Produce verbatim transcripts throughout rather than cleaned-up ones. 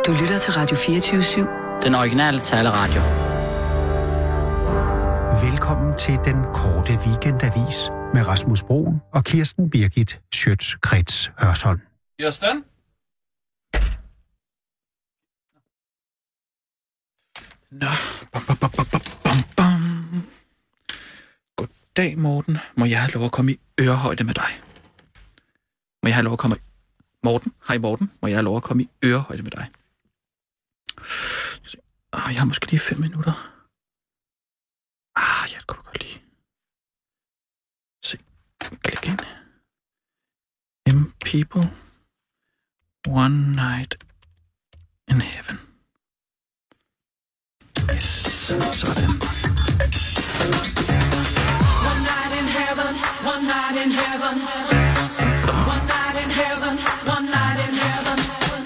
Du lytter til Radio fireogtyve syv. Den originale taleradio. Velkommen til den korte weekendavis med Rasmus Broen og Kirsten Birgit Schøtz-Krets Hørsholm. Kirsten? Nå, bam, bam, bam, bam, bam, bam. Goddag, Morten. Må jeg have lov at komme i ørehøjde med dig? Må jeg have lov at komme i... Morten? Hej, Morten. Må jeg have lov at komme i ørehøjde med dig? Ah, jeg har måske lige fem minutter. Ah, jeg kunne godt lige... Se. Klik ind. M people. One night in heaven. Yes, sådan. One night in heaven, one night in heaven. One night in heaven, one night in heaven.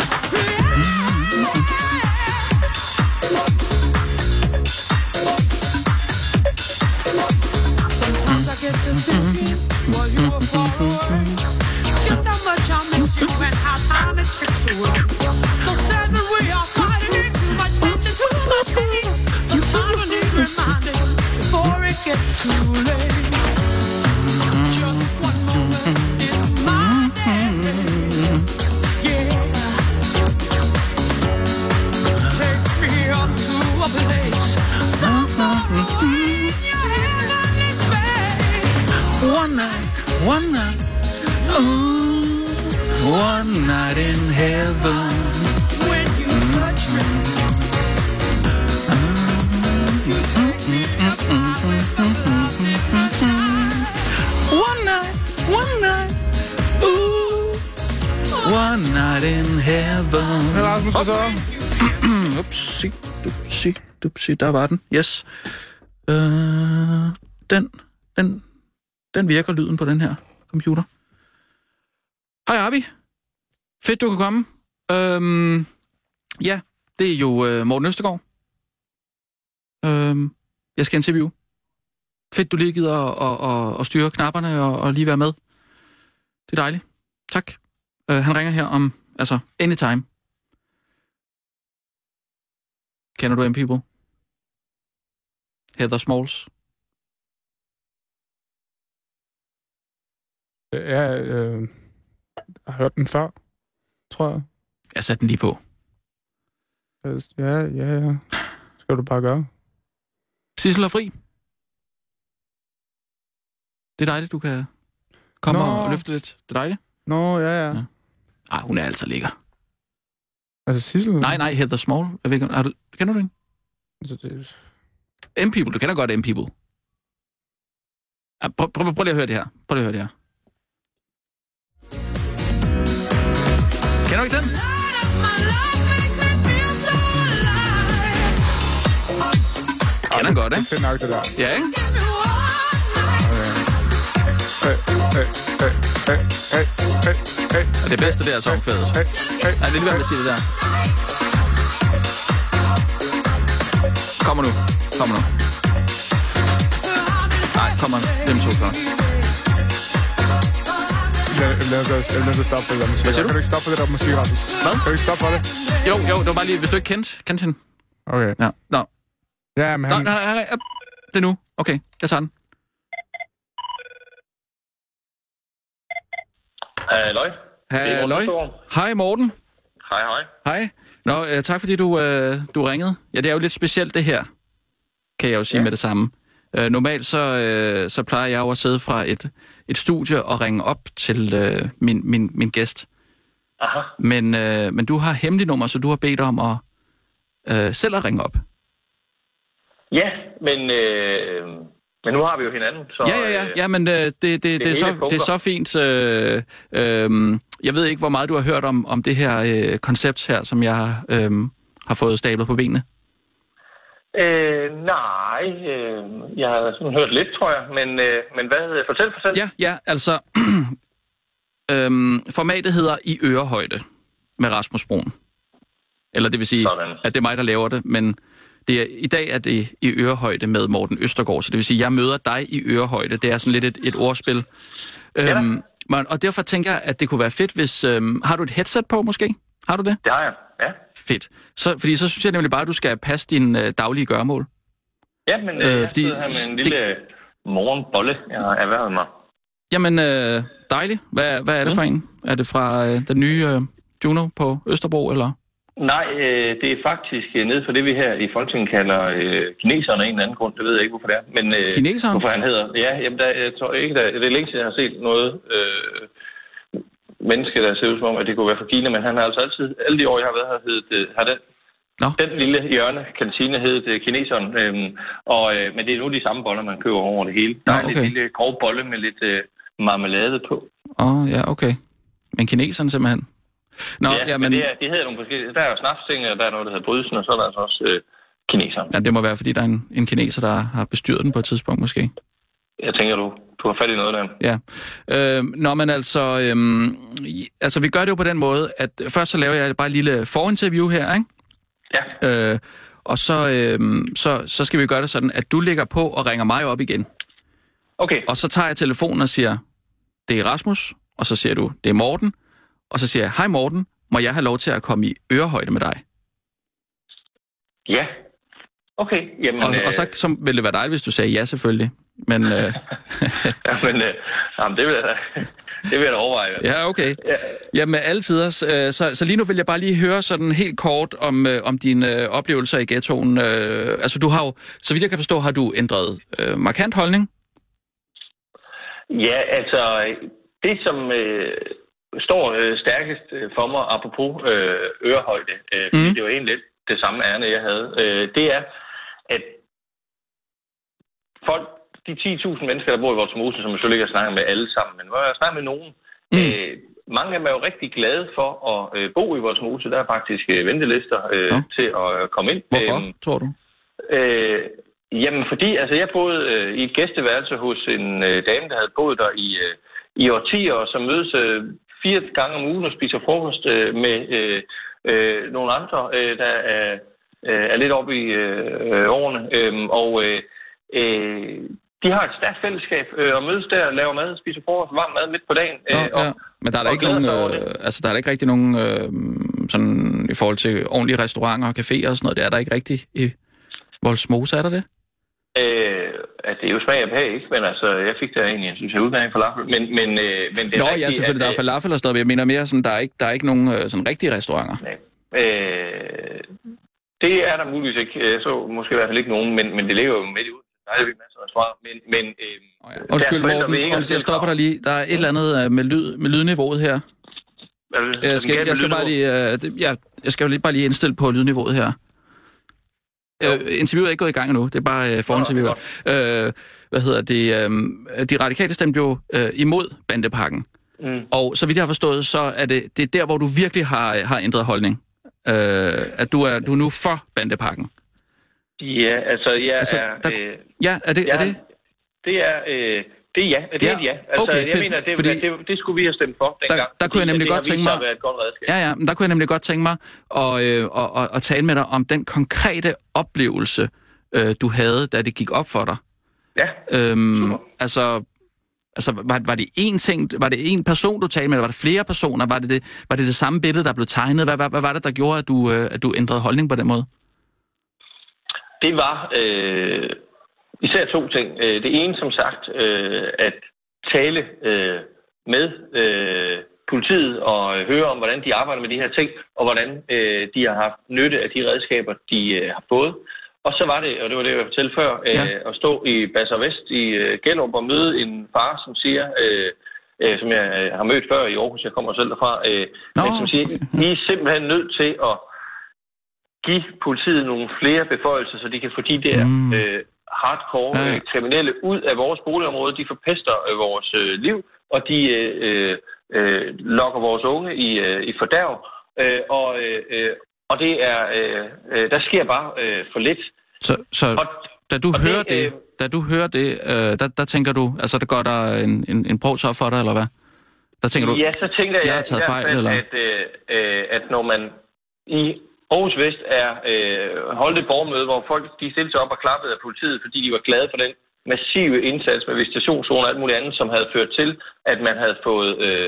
Sometimes I get to thinking while you were far away, just how much I miss you and how time it ticks away. So sad that we are fighting too much tension, too much pain. Sometimes I need reminding before it gets too late. Just one moment in my hand, yeah. Take me up to a place so far away in your heavenly space. One night, one night, ooh, one night in heaven. When you touch me, you take me up high with the music I shine. One night, one night, ooh, one night in heaven. Hej Rasmus, hvad så? Upsi, dupsi, dupsi, der var den. Yes. Øh, den, den, den virker lyden på den her computer. Hej Arbi. Fedt, du kan komme. Øhm, ja, det er jo øh, Morten Østergaard. Øhm, jeg skal interviewe. Fedt, du lige gider at, at, at styre knapperne og, og lige være med. Det er dejligt. Tak. Øh, han ringer her om, altså, anytime. Kender du M People? Heather Smalls? Ja, øh, jeg har hørt den før, tror jeg. Jeg satte den lige på. Ja, ja, ja. Skal du bare gøre. Sissel er fri. Det er dejligt, du kan komme Nå. og løfte lidt. Det er dejligt. Nå, ja, ja. Ja. Ej, hun er altså lækker. Altså Sissel? Nej, nej, Heather Small. Jeg ved ikke, har du, kender du hende? Altså, det... M People, du kender godt M People. Ja, prøv, prøv, prøv lige at høre det her. Prøv lige at høre det her. Kender du ikke den? Kender den godt, ikke? Det er fedt nok, det der. Ja, ikke? Hey, hey, hey, hey, hey, hey, hey. Og det bedste, det er songfædet. Hey, hey, Nej, det er lige, hvad jeg sige det der. Kommer nu. Kommer nu. Nej, kommer nu. Det er med to klokken. Jeg bliver nødt til at stoppe for det der musik. Hvad siger du? Kan du ikke stoppe for det der musik, Rasmus? Hvad? Kan du ikke stoppe for det? Jo, jo, det var bare lige, hvis du ikke kendte, kendte hende. Okay. Ja, nå. Ja, men Nå, han... nej, nej, nej, det er nu. Okay, jeg tager den. Halløj. Halløj. Hej Morten. Hej, hej. Hej. Nå, øh, tak fordi du, øh, du ringede. Ja, det er jo lidt specielt det her, kan jeg jo sige ja. med det samme. Øh, normalt så, øh, så plejer jeg jo at sidde fra et, et studie og ringe op til øh, min, min, min gæst. Aha. Men, øh, men du har hemmelig nummer, så du har bedt om at øh, selv at ringe op. Ja, men, øh, men nu har vi jo hinanden, så... Ja, ja, ja. ja men øh, det, det, det, det, er så, det er så fint. Øh, øh, jeg ved ikke, hvor meget du har hørt om, om det her øh, koncept her, som jeg øh, har fået stablet på benene. Øh, nej, øh, jeg har sådan hørt lidt, tror jeg, men, øh, men hvad? Fortæl, fortæl. Ja, ja, altså... øh, formatet hedder I ørehøjde med Rasmus Broen. Eller det vil sige, sådan. At det er mig, der laver det, men det er, i dag er det i ørehøjde med Morten Østergaard, så det vil sige, at jeg møder dig i ørehøjde. Det er sådan lidt et, et ordspil. Ja. Øhm, og derfor tænker jeg, at det kunne være fedt, hvis... Øhm, har du et headset på, måske? Har du det? Det har jeg. ja. Fedt. Så, fordi så synes jeg nemlig bare, at du skal passe din øh, daglige gøremål. Ja, men øh, jeg fordi, sidder her med en lille det... morgenbolle, jeg har erhvervet mig. Jamen, øh, dejligt. Hvad, hvad er det mm. for en? Er det fra øh, den nye øh, Juno på Østerbro, eller? Nej, øh, det er faktisk øh, nede for det, vi her i Folketinget kalder øh, kineseren af en eller anden grund. Det ved jeg ikke, hvorfor det er. Men, øh, kineseren? Hvorfor han hedder. Ja, jamen, der, jeg tror ikke, der, det er længe siden, jeg har set noget øh, menneske, der ser ud som om, at det kunne være fra Kina. Men han har altså altid, alle de år, jeg har været her, heddet, øh, har den, no. den lille hjørne, kantine, heddet øh, kineseren. Øh, og, øh, men det er nu de samme boller, man køber over det hele. Der no, okay. er en lille grov bolle med lidt øh, marmelade på. Åh, oh, ja, okay. Men kineseren simpelthen? Nå, ja, ja, men, men det, er, det hedder nogle forskellige. Der er jo snapsting, og der er noget, der hedder brydelsen, og så er der altså også øh, kineseren. Ja, det må være, fordi der er en, en kineser, der har bestyret den på et tidspunkt, måske. Jeg tænker, du, du har fat i noget der. Ja. Øh, nå, men altså, øhm, altså, vi gør det jo på den måde, at først så laver jeg bare et lille forinterview her, ikke? Ja. Øh, og så, øhm, så, så skal vi gøre det sådan, at du ligger på og ringer mig op igen. Okay. Og så tager jeg telefonen og siger, det er Rasmus, og så siger du, det er Morten. Og så siger jeg, hej Morten, må jeg have lov til at komme i ørehøjde med dig? Ja. Okay. Jamen, og, øh... og så, så ville det være dejligt, hvis du sagde ja, selvfølgelig. Men, øh... ja, men øh, jamen, det vil jeg da, det vil jeg da overveje. Ja, okay. Ja. Jamen, altid. Øh, så, så lige nu vil jeg bare lige høre sådan helt kort om, øh, om dine øh, oplevelser i ghettoen. Øh, altså, du har jo, så vidt jeg kan forstå, har du ændret øh, markant holdning? Ja, altså, det som... Øh... står øh, stærkest øh, for mig, apropos øh, ørehøjde, øh, fordi mm. det var egentlig lidt det samme ærne, jeg havde, øh, det er, at folk, de ti tusind mennesker, der bor i Vollsmose, som jeg selvfølgelig ikke har snakket med alle sammen, men hvor jeg snakker med nogen, mm. øh, mange af dem er jo rigtig glade for at øh, bo i Vollsmose. Der er faktisk øh, ventelister øh, ja. til at øh, komme ind. Hvorfor, øh, tror du? Øh, jamen, fordi altså, jeg boede øh, i et gæsteværelse hos en øh, dame, der havde boet der i, øh, i årtier, og som mødes øh, fire gange om ugen og spiser frokost øh, med øh, øh, nogle andre, øh, der er, øh, er lidt oppe i øh, årene. Øh, og øh, øh, de har et stærkt fællesskab øh, og mødes der, laver mad, spiser frokost, varm mad midt på dagen. Øh, ja, ja. Og, Men der er der ikke nogen, øh, altså der er der ikke rigtig nogen øh, sådan i forhold til ordentlige restauranter og caféer og sådan noget. Det er der ikke rigtig i Vollsmose, er der det? Øh, altså, det er jo smag af behag, ikke? Men altså, jeg fik der egentlig, jeg synes, jeg udmærket falafel. Men, men, øh, men det er Nå, rigtigt, ja, selvfølgelig, at, der er falafel og sådan noget, men jeg mener mere sådan, der er ikke, der er ikke nogen øh, sådan rigtige restauranter. Nej. Øh, det er der muligvis ikke. Så måske i hvert fald ikke nogen, men, men det ligger jo midt i ud. Der er jo masser af restauranter, men... men øh, oh, ja. Undskyld, Morten, jeg stopper dig lige. Der er et eller andet øh, med, lyd, med lydniveauet her. Jeg skal, jeg skal bare lige, øh, jeg, jeg skal lige bare lige indstille på lydniveauet her. Øh, interviewet er ikke gået i gang endnu, det er bare øh, forinterviewet. Øh, hvad hedder det? Øh, de radikale stemte jo øh, imod bandepakken. Mm. Og så vidt jeg har forstået, så er det, det er der, hvor du virkelig har, har ændret holdning. Øh, at du er, du er nu for bandepakken. Ja, altså jeg altså, er... Der, øh, ja, er det... Ja, er det? det er... Øh, Det er ja, det er ja. ja. Altså, okay, jeg fedt. mener, det, Fordi, det, det skulle vi have stemt for dengang. Der, der kunne jeg nemlig godt tænke mig... Ja, ja, men der kunne jeg nemlig godt tænke mig at, øh, at, at, at tale med dig om den konkrete oplevelse, øh, du havde, da det gik op for dig. Ja, øhm, altså, altså var, var det én ting, var det én person, du talte med, eller var det flere personer? Var det det, var det, det samme billede, der blev tegnet? Hvad, hvad, hvad var det, der gjorde, at du, øh, at du ændrede holdning på den måde? Det var... Øh... Især to ting. Det ene, som sagt, at tale med politiet og høre om, hvordan de arbejder med de her ting, og hvordan de har haft nytte af de redskaber, de har fået. Og så var det, og det var det, jeg fortalte før, ja. at stå i Basse Vest i Gellerup og møde en far, som siger, som jeg har mødt før i Aarhus, jeg kommer selv derfra, Nå, men som siger, okay. I er simpelthen nødt til at give politiet nogle flere beføjelser, så de kan få de der... Mm. Øh, hardcore ja. øh, kriminelle ud af vores boligområde. De forpester øh, vores øh, liv, og de øh, øh, lokker vores unge i, øh, i fordærv. Øh, og, øh, og det er... Øh, der sker bare øh, for lidt. Så, så og, da du hører det, det, øh, da du hører det øh, der, der tænker du, altså der går der en, en, en brogs op for dig, eller hvad? Der tænker du, ja, så tænker jeg, jeg har taget fejl, eller? At, øh, at når man i Aarhus Vest er øh, holdt et borgermøde, hvor folk de stillede sig op og klappede af politiet, fordi de var glade for den massive indsats med visitationszoner og alt muligt andet, som havde ført til, at man havde fået øh,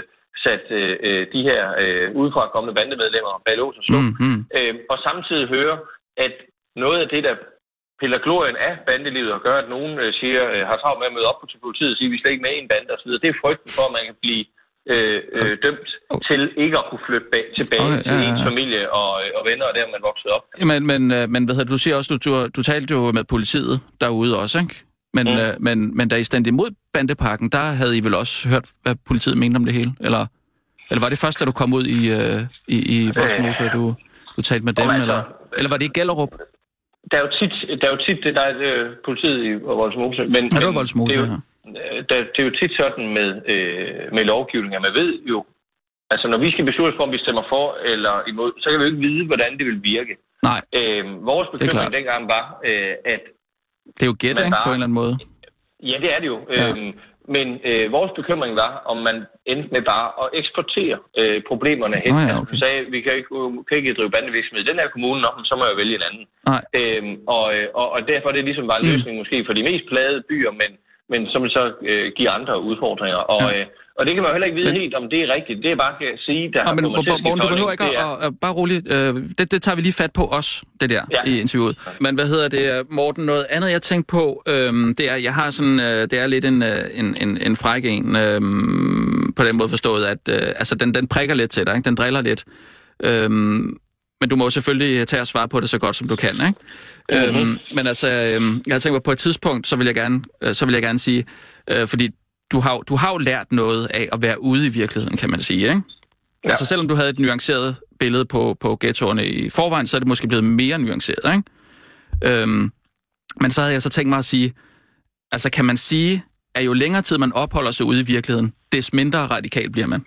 sat øh, de her øh, udefra kommende bandemedlemmer bag lås og slå. Mm, mm. Øh, og samtidig høre, at noget af det, der piller glorien af bandelivet og gør, at nogen øh, siger, øh, har travlt med at møde op til politiet og sige, at vi er slet ikke med i en bande osv., det er frygten for, at man kan blive øh, øh, dømt okay. til ikke at kunne flytte bag, tilbage okay, til ja, ja, ja. ens familie og, og venner, og der man vokset op. Men, men, men hvad hedder, du siger også, du, du, du talte jo med politiet derude også, ikke? Men, mm. øh, men, men da I stemte imod bandepakken, der havde I vel også hørt, hvad politiet mente om det hele? Eller, eller var det først, da du kom ud i, øh, i, i Vollsmose, øh, du, du talte med dem? Altså, eller, eller var det i Gellerup? Der er jo tit, der er jo tit det der er det, politiet i Vollsmose. Men, ja, det var Vollsmose, det, der, det er jo tit sådan med, øh, med lovgivning, at man ved jo, altså når vi skal beslutte for, om vi stemmer for eller imod, så kan vi jo ikke vide, hvordan det vil virke. Nej, øh, vores bekymring dengang var, øh, at det er jo gæt, ikke? På en eller anden måde. Ja, det er det jo. Ja. Øhm, men øh, vores bekymring var, om man endte med bare at eksportere øh, problemerne hen. Oh, ja, okay. Så sagde, vi kan ikke, kan ikke drive bandevirksomhed i den her kommune, nok, så må jeg jo vælge en anden. Øhm, og, og, og derfor er det ligesom bare en løsning mm. måske for de mest plagede byer, men, men som så øh, giver andre udfordringer. Og, ja. øh, og det kan man jo heller ikke vide men... helt, om det er rigtigt. Det er bare kan sige, der ja, har men, på mig Morten, du behøver ikke at, at bare roligt. Øh, det, det tager vi lige fat på os, det der, ja. i interviewet. Men hvad hedder det, Morten? Noget andet, jeg tænkte på, øh, det er, jeg har sådan, øh, det er lidt en, en, en, en fræk en, øh, på den måde forstået, at øh, altså, den, den prikker lidt til dig, ikke? Den driller lidt. Øh, men du må selvfølgelig tage og svare på det så godt, som du kan, ikke? Mm-hmm. Øh, men altså, øh, jeg tænker på et tidspunkt, så vil jeg gerne, øh, så vil jeg gerne sige, øh, fordi Du har, du har jo lært noget af at være ude i virkeligheden, kan man sige, ikke? Ja. Altså selvom du havde et nuanceret billede på, på ghettoerne i forvejen, så er det måske blevet mere nuanceret, ikke? Øhm, men så havde jeg så tænkt mig at sige, altså kan man sige, at jo længere tid man opholder sig ude i virkeligheden, des mindre radikal bliver man?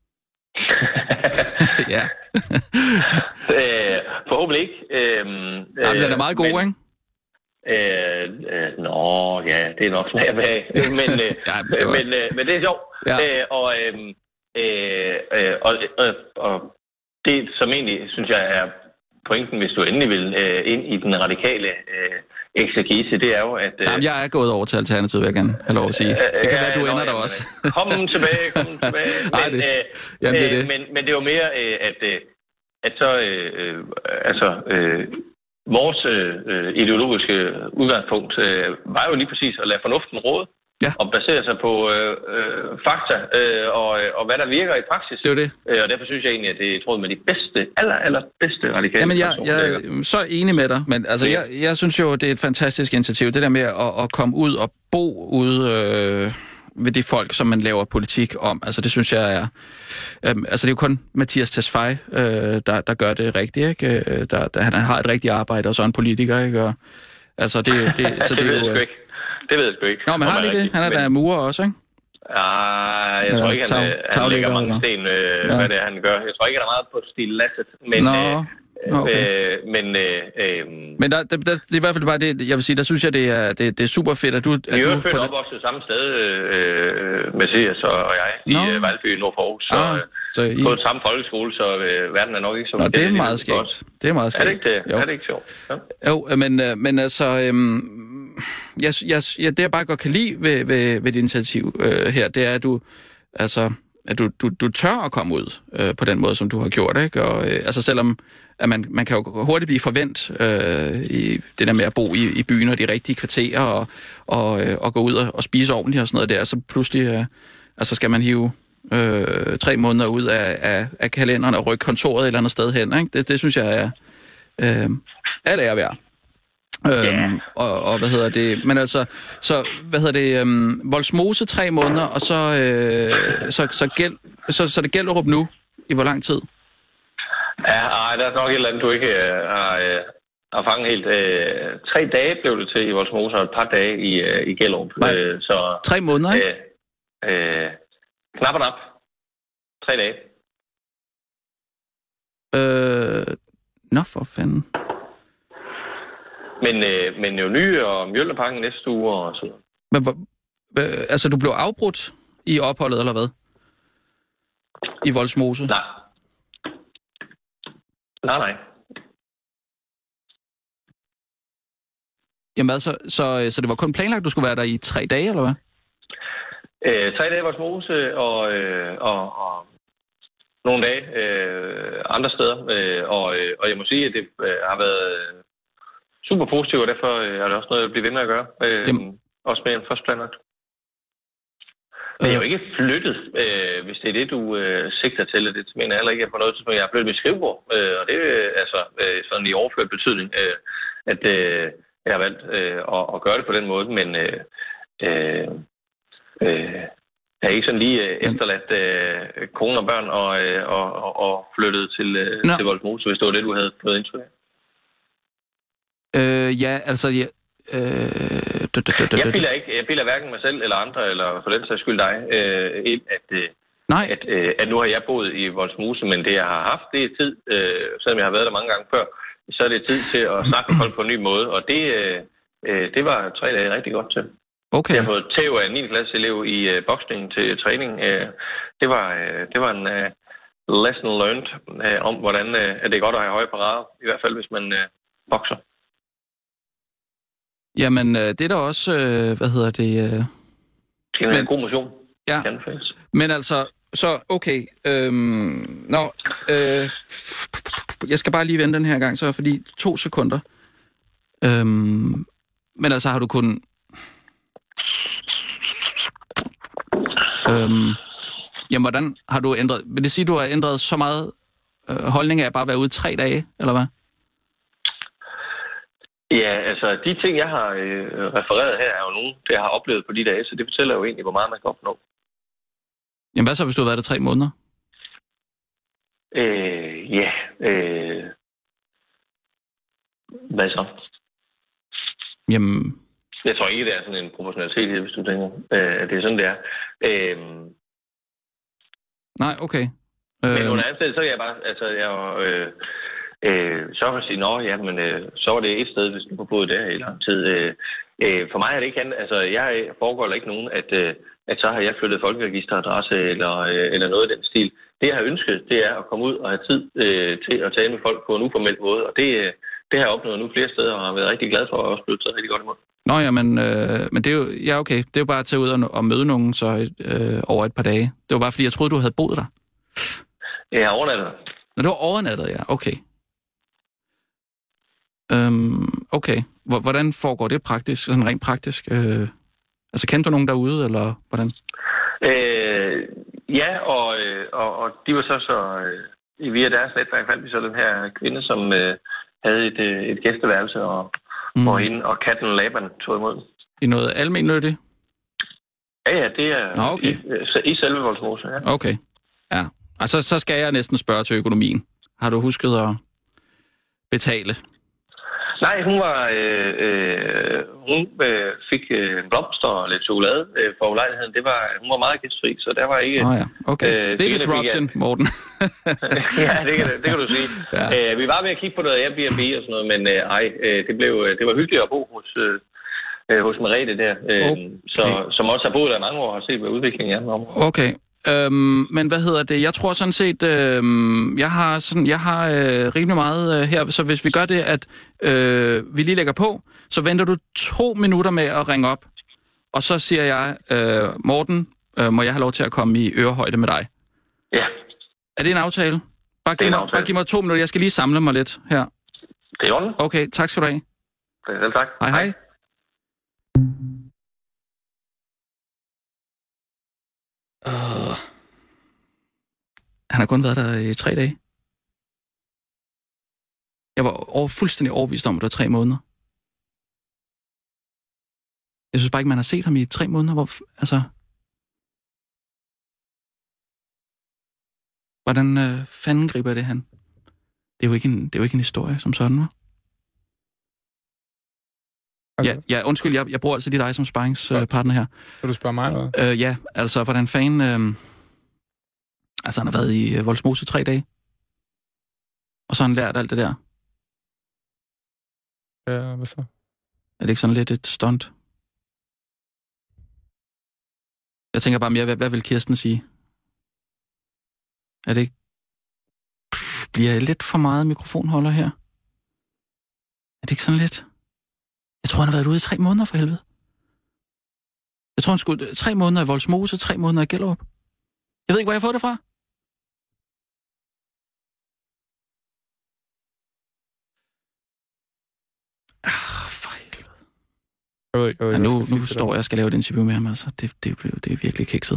Ja. øh, forhåbentlig ikke. Øhm, Jamen, den er meget god, men... ikke? Øh, øh, nå, ja, det er nok snart bag. Men, øh, ja, det var... men, øh, men det er sjovt. Ja. Øh, og, øh, øh, og, øh, og det, som egentlig, synes jeg, er pointen, hvis du endelig vil øh, ind i den radikale øh, eksegese, det er jo, at... Øh, Jamen, jeg er gået over til Alternativet, vil jeg gerne have lov at sige. Det kan øh, være, du ender der også. Kom tilbage, kom tilbage. Men, Ej, det, øh, jamen, det er det. Men, men det er jo mere, øh, at, øh, at så... Øh, altså... Øh, Vores øh, ideologiske udgangspunkt øh, var jo lige præcis at lade fornuften råde ja. og basere sig på øh, øh, fakta øh, og, og hvad der virker i praksis. Det er det. Øh, og derfor synes jeg egentlig, at det er tråd med de bedste, aller, aller bedste radikale. Jamen, jeg, jeg er så enig med dig, men altså, ja. jeg, jeg synes jo, det er et fantastisk initiativ. Det der med at, at komme ud og bo ude... Øh ved de folk, som man laver politik om. Altså, det synes jeg er... Øhm, altså, det er jo kun Mathias Tesfaye, øh, der, der gør det rigtigt, ikke? Der, der, han har et rigtigt arbejde, og så en politiker, ikke? Og, altså, det, det, så det, det er ved jo... jeg ikke. Det ved jeg sgu ikke. Nå, men har han ikke det? Han er men... der murer også, ikke? Ah, jeg ja, tror ikke, han, tag, han lægger mange sten, øh, ja. hvad det er, han gør. Jeg tror ikke, han er meget på stil lasset, men... Nå. Øh, Okay. Øh, men øh, øh, men der, der, der, det er i hvert fald bare det, jeg vil sige, der synes jeg, det er, det, det er super fedt, at du... At vi er jo født og opvokset samme sted, øh, Mathias og jeg, i no. Valby i Nordforhus. Så, ah, så I... på samme folkeskole, så øh, verden er nok ikke så... Nå, det er meget skægt. Det er meget skægt. Er det ikke det? Jo. Er det ikke sjovt? Ja. Jo, men, men altså... Øhm, jeg, jeg, jeg, det, jeg bare godt kan lide ved, ved, ved dit initiativ øh, her, det er, at du... Altså, at du, du, du tør at komme ud øh, på den måde, som du har gjort, ikke? Og, øh, altså selvom at man, man kan jo hurtigt blive forvent øh, i det der med at bo i, i byen og de rigtige kvarterer og, og, øh, og gå ud og, og spise ordentligt og sådan noget der, så pludselig øh, altså skal man hive øh, tre måneder ud af, af, af kalenderen og rykke kontoret et eller andet sted hen, ikke? Det, det synes jeg er øh, alt ære værd. Yeah. Øhm, og, og hvad hedder det, men altså, så, hvad hedder det, øhm, Vollsmose tre måneder, og så, øh, så, så, gæld, så, så det Gellerup nu, i hvor lang tid? Ja, ej, der er nok et eller andet, du ikke øh, har, øh, har fanget helt. Øh, tre dage blev det til i Vollsmose, og et par dage i, øh, i Gellerup. Øh, så, tre måneder, ikke? Øh, øh, knap og nap. Tre dage. Øh, nå for fanden. Men, øh, men jo nye og Mjølnerparken næste uge og sådan noget. Men hvor, øh, altså, du blev afbrudt i opholdet, eller hvad? I Vollsmose? Nej. Nej, nej. Jamen altså, så, så det var kun planlagt, at du skulle være der i tre dage, eller hvad? Øh, tre dage i Vollsmose, og, øh, og, og nogle dage øh, andre steder. Øh, og, øh, og jeg må sige, at det øh, har været super positivt, og derfor øh, er det også noget, jeg bliver ved med at gøre. Øh, også med en først planlagt. Men jeg er jo ikke flyttet, øh, hvis det er det, du øh, sigter til. Det mener jeg heller ikke, at på noget tidspunkt jeg har flyttet mit skrivebord. Øh, og det er altså øh, sådan i overført betydning, øh, at øh, jeg har valgt øh, at, at gøre det på den måde. Men øh, øh, øh, jeg er ikke sådan lige øh, efterladt øh, kone og børn og, øh, og, og, og flyttet til, øh, til Vollsmose, hvis det var det, du havde fået indtryk af. Øh, ja, altså... Ja. Øh, du, du, du, du, jeg bilder ikke, jeg bilder hverken mig selv eller andre, eller for den sags skyld dig, øh, ind, at, øh, Nej. At, øh, at nu har jeg boet i Vollsmose, men det jeg har haft, det er tid, øh, selvom jeg har været der mange gange før, så er det tid til at snakke med folk på en ny måde, og det, øh, det var tre dage rigtig godt til. Okay. Jeg har fået tæv af en niende klasse elev i øh, boksning til træning. Øh, det, var, øh, det var en øh, lesson learned øh, om, hvordan øh, at det er godt at have høje parader, i hvert fald hvis man øh, bokser. Jamen, det er da også, øh, hvad hedder det... Øh... Det er en god motion. Ja, men altså, så okay. Øhm, nå, øh, jeg skal bare lige vente den her gang, så fordi to sekunder. Øhm, men altså, har du kun... Øhm, jamen, hvordan har du ændret... Vil det sige, du har ændret så meget øh, holdning af at bare være ude tre dage, eller hvad? Ja, altså de ting, jeg har øh, refereret her, er jo nogle, det jeg har oplevet på de dage, så det fortæller jo egentlig, hvor meget man kan opnå. Jamen hvad så, hvis du har været der tre måneder? Øh, ja, øh... Hvad så? Jamen... Jeg tror ikke, det er sådan en proportionalitet, hvis du tænker, øh, at det er sådan, det er. Øh... Nej, okay. Øh... Men under andet så er jeg bare, altså jeg øh... Øh, så kan jeg sige, nå ja, men øh, så var det et sted, hvis du har boet der i lang tid. Øh, øh, for mig er det ikke andet, altså jeg foregår ikke nogen, at, øh, at så har jeg flyttet folkeregisteradresse eller, øh, eller noget af den stil. Det jeg har ønsket, det er at komme ud og have tid øh, til at tale med folk på en uformel måde, og det, øh, det har jeg opnået nu flere steder, og har været rigtig glad for, og også blevet taget rigtig godt imod. Nå ja, men, øh, men det er jo, ja okay, det er jo bare at tage ud og, og møde nogen så øh, over et par dage. Det var bare fordi, jeg troede, du havde boet der. Jeg har overnattet. Nå, det var overnattet, ja, okay. Øhm, okay. Hvordan foregår det praktisk, sådan rent praktisk? Øh, altså, kendte du nogen derude, eller hvordan? Øh, ja, og, og, og de var så så... Øh, via deres netværk fandt vi så den her kvinde, som øh, havde et, et gæsteværelse, og mm. hvor hende og katten Laban tog imod. I noget almennyttigt? Ja, ja, det er Nå, okay. i, i selve Vollsmose, ja. Okay, ja. Altså, så skal jeg næsten spørge til økonomien. Har du husket at betale? Nej, hun var øh, øh, hun øh, fik øh, blomster og lidt chokolade øh, for ulejligheden. Det var hun var meget gæstfri, så der var ikke. Åh oh, ja, okay. Øh, det er disruption, Morten. ja, det kan det kan du sige. Ja. Øh, vi var ved at kigge på noget Airbnb og sådan noget, men øh, ej, øh, det blev det var hyggeligt at bo hos øh, hos Merete der, øh, okay. så som også har boet der i mange år og har set hvad udviklingen er om. Okay. Øhm, men hvad hedder det? Jeg tror sådan set, øhm, jeg har, sådan, jeg har øh, rimelig meget øh, her, så hvis vi gør det, at øh, vi lige lægger på, så venter du to minutter med at ringe op, og så siger jeg, øh, Morten, øh, må jeg have lov til at komme i ørehøjde med dig? Ja. Er det en aftale? Bare giv, mig, aftale. Bare giv mig to minutter, jeg skal lige samle mig lidt her. Det er ordentligt. Okay, tak skal du have. Selv tak. Hej hej. Uh, han har kun været der i tre dage. Jeg var over, fuldstændig overbevist om, at det var tre måneder. Jeg synes bare ikke, man har set ham i tre måneder. Hvor, altså, hvordan øh, fanden griber det han? Det er jo ikke en, det er jo ikke en historie som sådan, hva'? Okay. Ja, ja, undskyld, jeg, jeg bruger altså lige dig som sparringspartner her. Vil du spørge mig noget? Øh, ja, altså, hvordan fanden... Øh, altså, han har været i Vollsmose tre dage. Og så har han lært alt det der. Ja, hvad så? Er det ikke sådan lidt et stunt? Jeg tænker bare mere, hvad, hvad vil Kirsten sige? Er det ikke... Bliver jeg lidt for meget mikrofonholder her? Er det ikke sådan lidt... Jeg tror, han har været ude i tre måneder for helvede. Jeg tror, han skulle tre måneder i Vollsmose, tre måneder i Gellerup. Jeg ved ikke, hvor jeg har fået det fra. Jo, jo, Ja, jeg nu, skal nu sige til står dig. jeg og skal lave et interview med ham, altså. Det, det, det, det er virkelig kikset.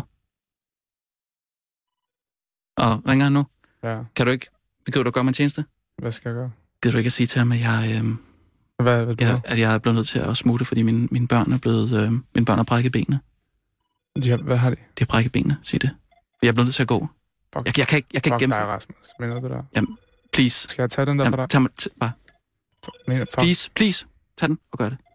Og ringer han nu? Ja, Kan du ikke, kan du gøre mig en tjeneste? hvad skal jeg gøre? Gider du ikke at sige til ham, at jeg, øh, Hvad, hvad du jeg, at jeg er blevet nødt til at smutte, fordi mine, mine børn er blevet, øh, mine børn har brækket benene. De har, hvad har de? De har brækket benene, sig det. Jeg er blevet nødt til at gå. Fuck, Jeg, jeg kan ikke, jeg kan ikke fuck dig, gennemføre. Rasmus. Mener du det der? Jamen, please. Skal jeg tage den der for Jamen, dig? tag mig, t- bare, Mener, fuck. please, please. Tag den og gør det.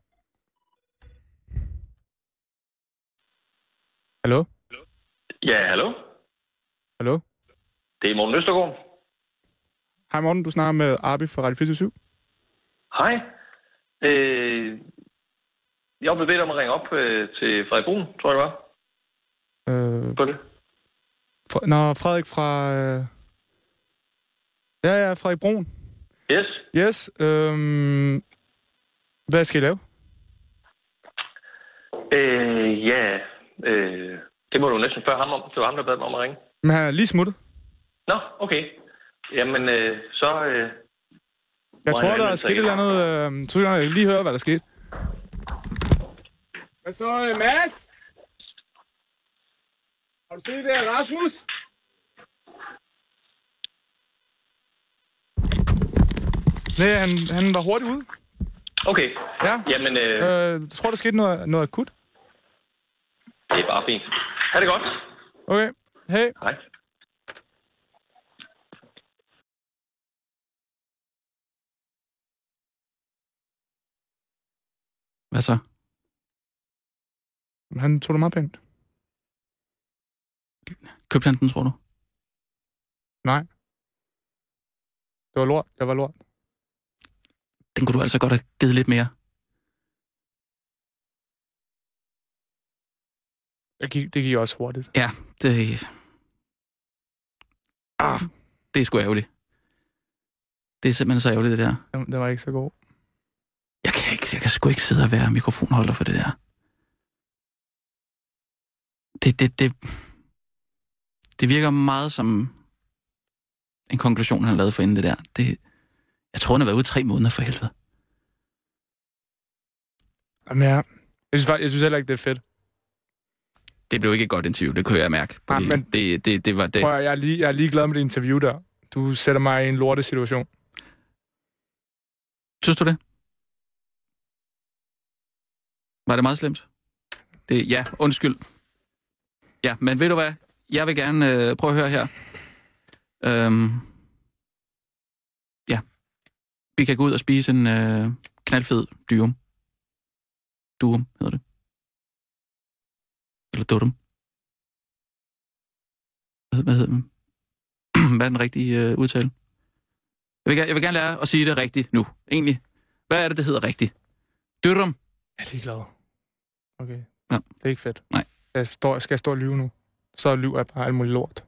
Hallo? Ja, hallo? Hallo? Det er Morten Østergaard. Hej Morten, du snakker med Arbi fra Radio fireogtyve syv. Hej. Øh, jeg blev bedt om at ringe op øh, til Frederik Brun, tror jeg det var. Øh, På det. Fre- Nå, Frederik fra... Øh... Ja, ja, Frederik Brun. Yes. Yes. Øhm... Hvad skal I lave? Øh, ja, øh, det må du næsten spørge ham om. Det var ham, der bad mig om at ringe. Men han er lige smuttet. Nå, okay. Jamen, øh, så... Øh, Jeg må tror, han der er anmelde sig sket et igen. eller andet... Øh... Så jeg vil lige høre, hvad der skete. Hvad så, øh, Mads? Har du set det her, Rasmus? Nej, han, han var hurtigt ude. Okay. Ja. Jamen, øh, Øh, jeg tror, der skete noget, noget akut. det er bare fint. Ha' det godt. Okay. Hej. Hej. Hvad så? Men han tog det meget pænt. Købte han den, tror du? Nej. Det var lort. Jeg var lort. Den kunne du altså godt have givet lidt mere. Jeg gik, det gik også hurtigt. Ja, det... Ah, det er sgu ærgerligt. Det er simpelthen så ærgerligt, det der. Den, den var ikke så god. Jeg kan, ikke, jeg kan sgu ikke sidde og være mikrofonholder for det der. Det, det, det, det virker meget som en konklusion, han lavede for inden det der. Det, jeg tror, han har været ude tre måneder for helvede. Jamen, jeg, jeg, synes, faktisk- jeg synes heller ikke, det er fedt. Det blev ikke et godt interview, det kunne jeg mærke. Nej, Fordi men- det, det, det var det. Prøv, at- jeg, er lige, jeg er ligeglad med det interview der. Du sætter mig i en lortesituation. Synes du det? Var det meget slemt? Det, ja, undskyld. Ja, men ved du hvad? Jeg vil gerne øh, prøve at høre her. Øhm, ja. Vi kan gå ud og spise en øh, knaldfed durum. Durum hedder det. Eller durum. Hvad, hvad hedder den? Hvad er den rigtige øh, udtale? Jeg vil, gerne- jeg vil gerne lære at sige det rigtigt nu. Egentlig. Hvad er det, det hedder rigtigt? Durum. Jeg er ligeglad. Okay. Ja. Det er ikke fedt. Nej. Jeg står, skal jeg stå og lyve nu? Så lyver jeg bare alt muligt lort.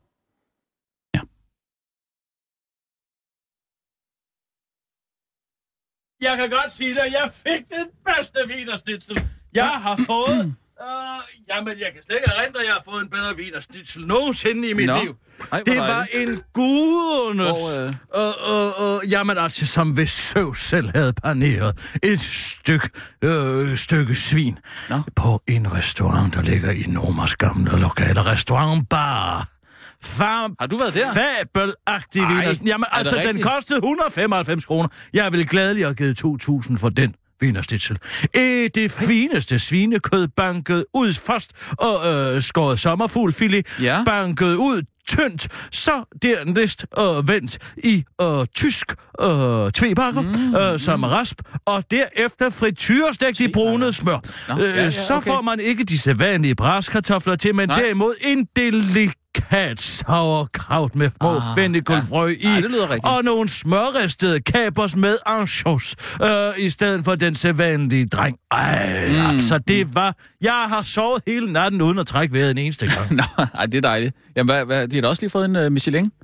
Jeg kan godt sige dig, jeg fik den bedste wienerstitzel, jeg har fået. Uh, jamen, jeg kan slet ikke erindre, at jeg har fået en bedre wienerstitzel nogensinde i mit Nå. liv. Ej, hvor Det var dejligt. en gudernes... Hvor, øh, Øh, øh, øh, jamen altså, som hvis Zeus selv havde paneret et stykke, øh, stykke svin Nå. på en restaurant, der ligger i Normas gamle lokale restaurantbar. Fam- Har du været der? Fabelagtig Ej, wienerstitzel. Jamen er det altså, den rigtigt? kostede et hundrede og femoghalvfems kroner. Jeg ville glædeligt have givet to tusind for den wienerstitzel. Eh, det fineste svinekød banket ud først og øh, skåret sommerfuglfilet, Ja. banket ud tyndt, så dernæst øh, vendt i øh, tysk øh, tvebakker, mm, øh, som rasp, og derefter frityrestegt i brunet smør. Nå, øh, ja, ja, så okay. får man ikke de sædvanlige braskartofler til, men Nej. derimod en delikat sauerkraut med små Ah, fennikelfrø ja. i, Ej, det lyder rigtigt. og nogle smørristede kapers med anchois, øh, i stedet for den sædvanlige dreng. Ej, mm. altså, det var... Jeg har sovet hele natten uden at trække vejret en eneste gang. Nå, ej, det er dejligt. Jamen, hvad, hvad, de har da også lige fået en uh, Michelin.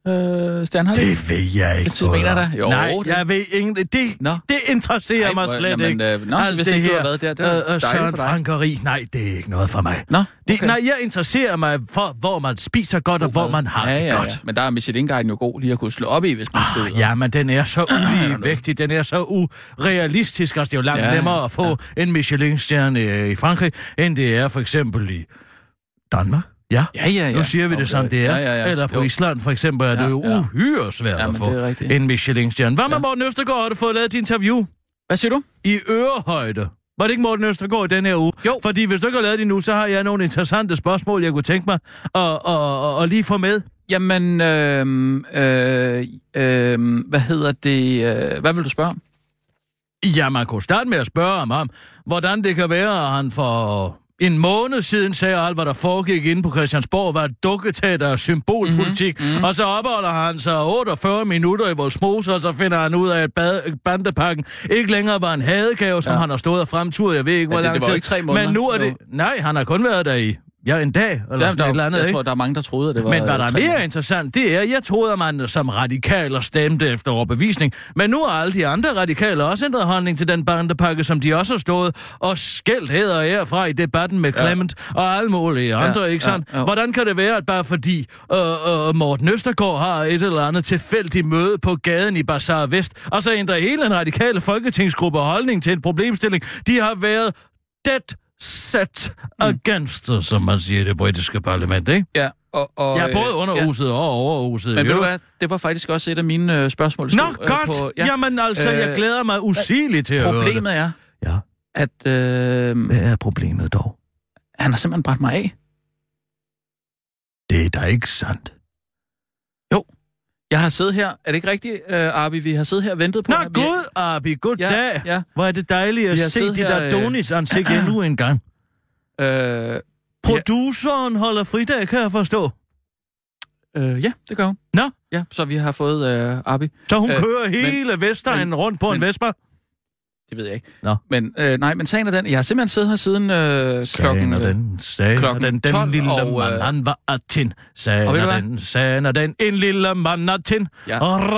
Øh, Stjernholm? Det ved jeg ikke. Det mener der? Jo, Nej, det... jeg ved ikke. Det, Nå. det interesserer Ej, mig hvor- slet jamen, ikke. øh, nå, Alt hvis det ikke du her, har været der, det er øh, øh, dejligt Søren for dig. Frankeri, nej, det er ikke noget for mig. Nå, Det, okay. nej, jeg interesserer mig for, hvor man spiser godt, og hvor man har ja, det ja, godt. Ja. Men der er Michelin-guiden jo god lige at kunne slå op i, hvis man skal ud. Ah, ja, men den er så uligevægtig, den er så urealistisk, altså det er jo langt Ja, nemmere at få ja. en Michelin-stjerne øh, i Frankrig, end det er for eksempel i Danmark. Ja, Ja, ja, ja. nu siger vi Jo, det som det er. Ja, ja, ja. Eller på Jo. Island for eksempel er det Ja, jo ja. uhyre svært Ja, at men få det er rigtigt. en Michelin-stjerne. Hvad med Ja. Morten Østergaard? Har du fået lavet et interview Hvad siger du? i ørehøjde? Var det ikke Morten Østergaard i den her uge? Jo. Fordi hvis du ikke har lavet det nu, så har jeg nogle interessante spørgsmål, jeg kunne tænke mig at, at, at, at lige få med. Jamen, øh, øh, øh, hvad hedder det? Øh, hvad vil du spørge om? Ja, man kunne starte med at spørge ham om, hvordan det kan være, at han for en måned siden sagde, at alt, hvad der foregik inde på Christiansborg, var et dukketeater og symbolpolitik, Mhm, mm-hmm. og så opholder han sig otteogfyrre minutter i Vollsmose, og så finder han ud af, at bad- bandepakken ikke længere var en hadegave, som Ja. han har stået og fremturet, jeg ved ikke, hvor Ja, det- lang det var tid. jo ikke tre måneder. Men nu er det... Jo. Nej, han har kun været der i... Ja, en dag, eller Ja, sådan der, et eller andet, jeg ikke? tror, der er mange, der troede, at det var... Men hvad der er tre mere måneder. interessant, det er, at jeg troede, at man som radikaler stemte efter overbevisning. Men nu har alle de andre radikaler også ændret holdning til den bandepakke, som de også har stået og skældt hæder og ære fra i debatten med Clement ja. og alle mulige andre, Ja, ikke sandt? ja, ja. Hvordan kan det være, at bare fordi øh, øh, Morten Østergaard har et eller andet tilfældigt møde på gaden i Bazar Vest, og så ændrer hele en radikale folketingsgruppe holdning til en problemstilling, de har været dead set against, mm. som man siger i det britiske parlament, ikke? Ja, og... og Ja, både under ja. huset og over huset. Men ved jo. du hvad, det var faktisk også et af mine øh, spørgsmål. der Nå, stod, øh, godt! På, ja. Jamen altså, øh, jeg glæder mig usigeligt til at høre det. Problemet er, Ja, at øh, hvad er problemet dog? han har simpelthen brændt mig af. Det er da ikke sandt. Jeg har siddet her, er det ikke rigtigt, øh, Arbi? Vi har siddet her og ventet på... Nå, at vi- gud, Arbi, god Ja, dag. ja. Hvor er det dejligt at Vi har se siddet dit her, øh, Adonis-ansigt endnu en gang. Øh, Produceren holder fridag, kan jeg forstå. øh, ja, det gør hun. Nå, Ja, så vi har fået øh, Arbi. så hun Øh, kører hele men- Vestegnen men- rundt på en men- Vespa. Det ved jeg ikke. Nå. Men øh, nej, men sagen er den, jeg har simpelthen siddet her siden øh, klokken... Sagen Øh, og den, sagen og klokken den, den tolv, lille og, mand, øh, han var atin. Sagen og ved du og hvad? den, sagen og den, en lille mand atin. Ja.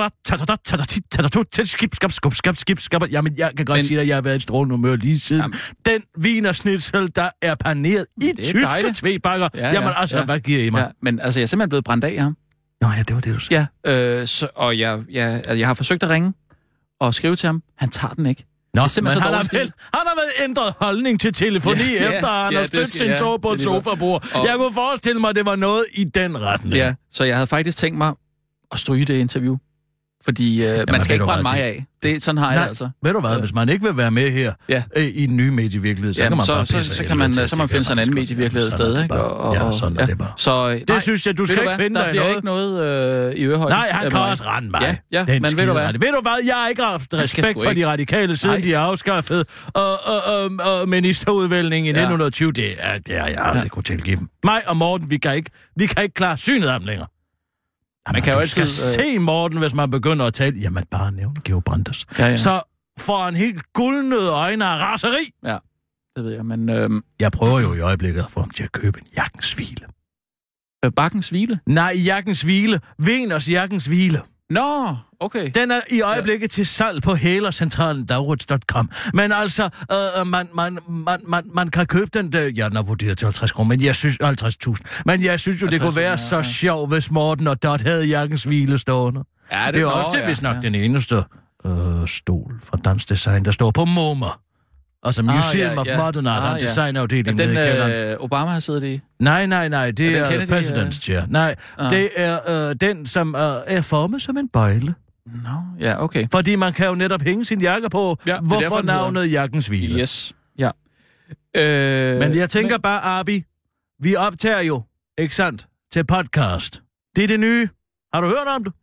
Jamen, jeg kan godt Men- sige, at jeg har været i strålende humør lige siden. Jamen. Den vinersnitzel, der er paneret i Det er tyske dejligt. tvebakker. Ja, Jamen, ja, altså, ja. hvad giver I mig? ja, men altså, jeg er simpelthen blevet brændt af af ham. Nå ja, det var det, du sagde. Ja, øh, så, og jeg, jeg, altså, jeg har forsøgt at ringe og skrive til ham. Han tager den ikke. Nå, Det er simpelthen men så han har, dårlig vel, stil. han har vel ændret holdning til telefoni, Ja, ja, efter han ja, har det stødt skal- sin ja, tog på det et er lige sofabord. Og- Jeg kunne forestille mig, at det var noget i den retning. Ja, så jeg havde faktisk tænkt mig at stryge det interview. Fordi øh, man ved skal ikke du brænde hvad, mig det- af. Det, sådan har jeg Nej, det altså. ved du hvad, Ja. hvis man ikke vil være med her Ja. øh, i den nye medievirkelighed, så Jamen, kan man så, bare så, pisse så, af kan man, helvede til. så må man Det finde kan sig en man anden sgu. medievirkelighed et Sådan er sted, det ikke? bare. Og, og, Ja, og- sådan er det bare. Så, øh, Det synes jeg, du skal ved ikke hvad? finde Der dig bliver noget. ikke noget øh, i ørehøjden. Nej, han af kan mig. også rende mig. Ja, ja, Den men ved du skide hvad? rette. Ved du hvad, jeg har ikke haft Han skal respekt sgu for ikke. de radikale, siden Nej. de har afskaffet og, og, og, og ministerudvælgning i Ja. nitten tyve. Det er, det er jeg aldrig Ja. kunne tilgive dem. Mig og Morten, vi kan ikke, vi kan ikke klare synet af dem længere. Jamen, kan du jo skal altid, øh, se Morten, hvis man begynder at tale. Jamen, bare nævne Georg Brandes. Ja, ja. Så får han helt guldnøde øjne af raseri. Ja, det ved jeg, men øh, Jeg prøver jo i øjeblikket at få ham til at købe en jakkens hvile. øh, Bakkens hvile? Nej, jakkens hvile. Veners jakkens hvile. Nå, okay. Den er i øjeblikket ja. til salg på hælercentralen daurits punktum com. Men altså, øh, man, man, man, man, man kan købe den der... Ja, den er vurderet til halvtreds kroner, men jeg synes... halvtreds tusind. Men jeg synes jo, det kunne være ja, så ja. sjovt, hvis Morten og Dot havde jakkens hvile stående. Ja, Det er jo nå, også det, ja, hvis nok ja. den eneste øh, stol fra Dansk Design, der står på MoMA. Altså Museum ja, of ja. Modern Art, Ah, ah, ja. designafdelingen Ja, nede i kælderen. den øh, Obama har siddet i. Nej, nej, nej, det Er er, den er Kennedy, President's Chair. Nej, Ah. det er øh, den, som øh, er formet som en bøjle. Nå, ja, okay. Fordi man kan jo netop hænge sin jakke på. Ja, det er Hvorfor derfor, den hedder- navnet jakkens hvile? Yes, ja. Øh, Men jeg tænker bare, Arbi, vi optager jo, ikke sandt, til podcast. Det er det nye. Har du hørt om det?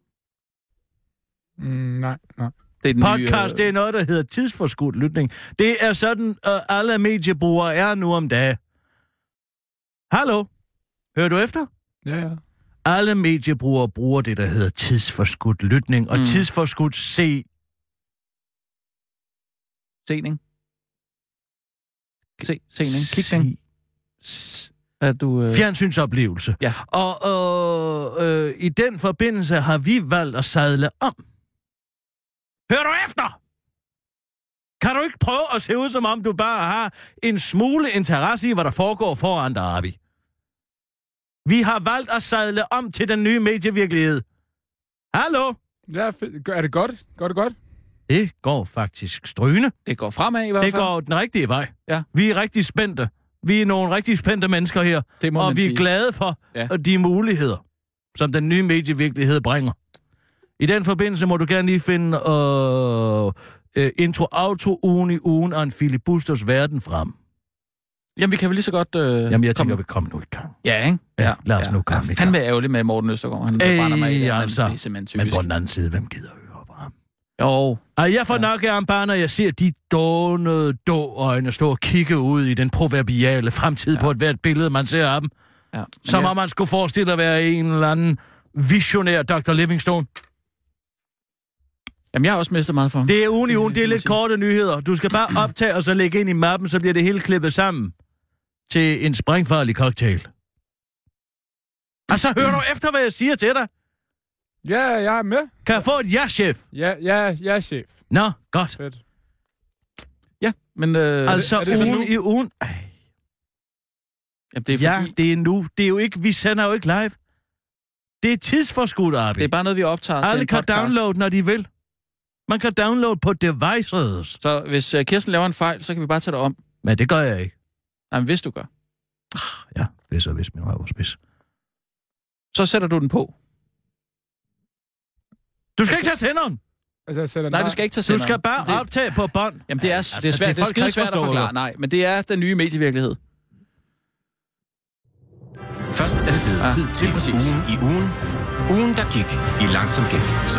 Mm, nej, nej. det er den Podcast, nye, det er noget, der hedder tidsforskudt lytning. Det er sådan, uh, alle mediebrugere er nu om dagen. Hallo? Hører du efter? Ja, ja. Alle mediebrugere bruger det, der hedder tidsforskudt lytning, og Mm. mm. tidsforskudt se... Sening. Se, sening. Kigning. Se- at du... Øh... Fjernsynsoplevelse. Ja. Og øh, øh, i den forbindelse har vi valgt at sadle om. Hør du efter? Kan du ikke prøve at se ud, som om du bare har en smule interesse i, hvad der foregår foran dig, Abi? Vi har valgt at sadle om til den nye medievirkelighed. Hallo? Ja, fedt. Er det godt? Går det godt? Det går faktisk strygende. Det går fremad i hvert fald. Det går den rigtige vej. Ja. Vi er rigtig spændte. Vi er nogle rigtig spændte mennesker her. Det må og man vi er sige. glade for Ja. de muligheder, som den nye medievirkelighed bringer. I den forbindelse må du gerne lige finde øh, øh, intro-auto, ugen i ugen og en filibusters verden frem. Jamen, vi kan vel lige så godt... Øh, Jamen, jeg tænker, komme... vi kommer nu i gang. Ja, ikke? Ja, lad os nu komme i gang. Han er ærgerlig med Morten Østergaard. Han Ej, brænder mig i, altså. det er simpelthen Men typisk. på den anden side, hvem gider høre på ham? Jo. Og jeg får ja. nok af ham bare, når jeg ser de dånede dåøjne stå og kigge ud i den proverbiale fremtid ja. på et hvert billede, man ser af dem. Ja. Som jeg... om man skulle forestille at være en eller anden visionær doktor Livingstone. Jamen, jeg har også mistet meget for ham. Det er ugen i ugen, det er lidt korte nyheder. Du skal bare optage og så lægge ind i mappen, så bliver det hele klippet sammen til en sprængfarlig cocktail. Og så hører du efter, hvad jeg siger til dig. Ja, jeg er med. Kan jeg få et ja-chef? Ja, ja, ja, chef. Nå, godt. Fedt. Ja, men... Øh... Altså, er det så ugen nu? i ugen... Ej. Jamen, det er Ja, fordi... det er nu. Det er jo ikke... Vi sender jo ikke live. Det er tidsforskudt, Arbi. Det er bare noget, vi optager til Alle en kan podcast. downloade, når de vil. Man kan downloade på devices. Så hvis uh, Kirsten laver en fejl, så kan vi bare tage det om. Men det gør jeg ikke. Nej, men hvis du gør, Ja, hvis og hvis min røv var spids. så sætter du den på. Du skal ikke tage tænderen. Altså, jeg sætter Nej, den du bare- skal ikke tage Du senderen. skal bare det... optage på bånd. Jamen, det er, Altså, det er svært, det det er er folk kan ikke skidesvært at forstå forklare. det. Nej, men det er den nye medievirkelighed. Først er det blevet Ja, tid til lige præcis. ugen i ugen. Ugen, der gik i langsom gengivelse.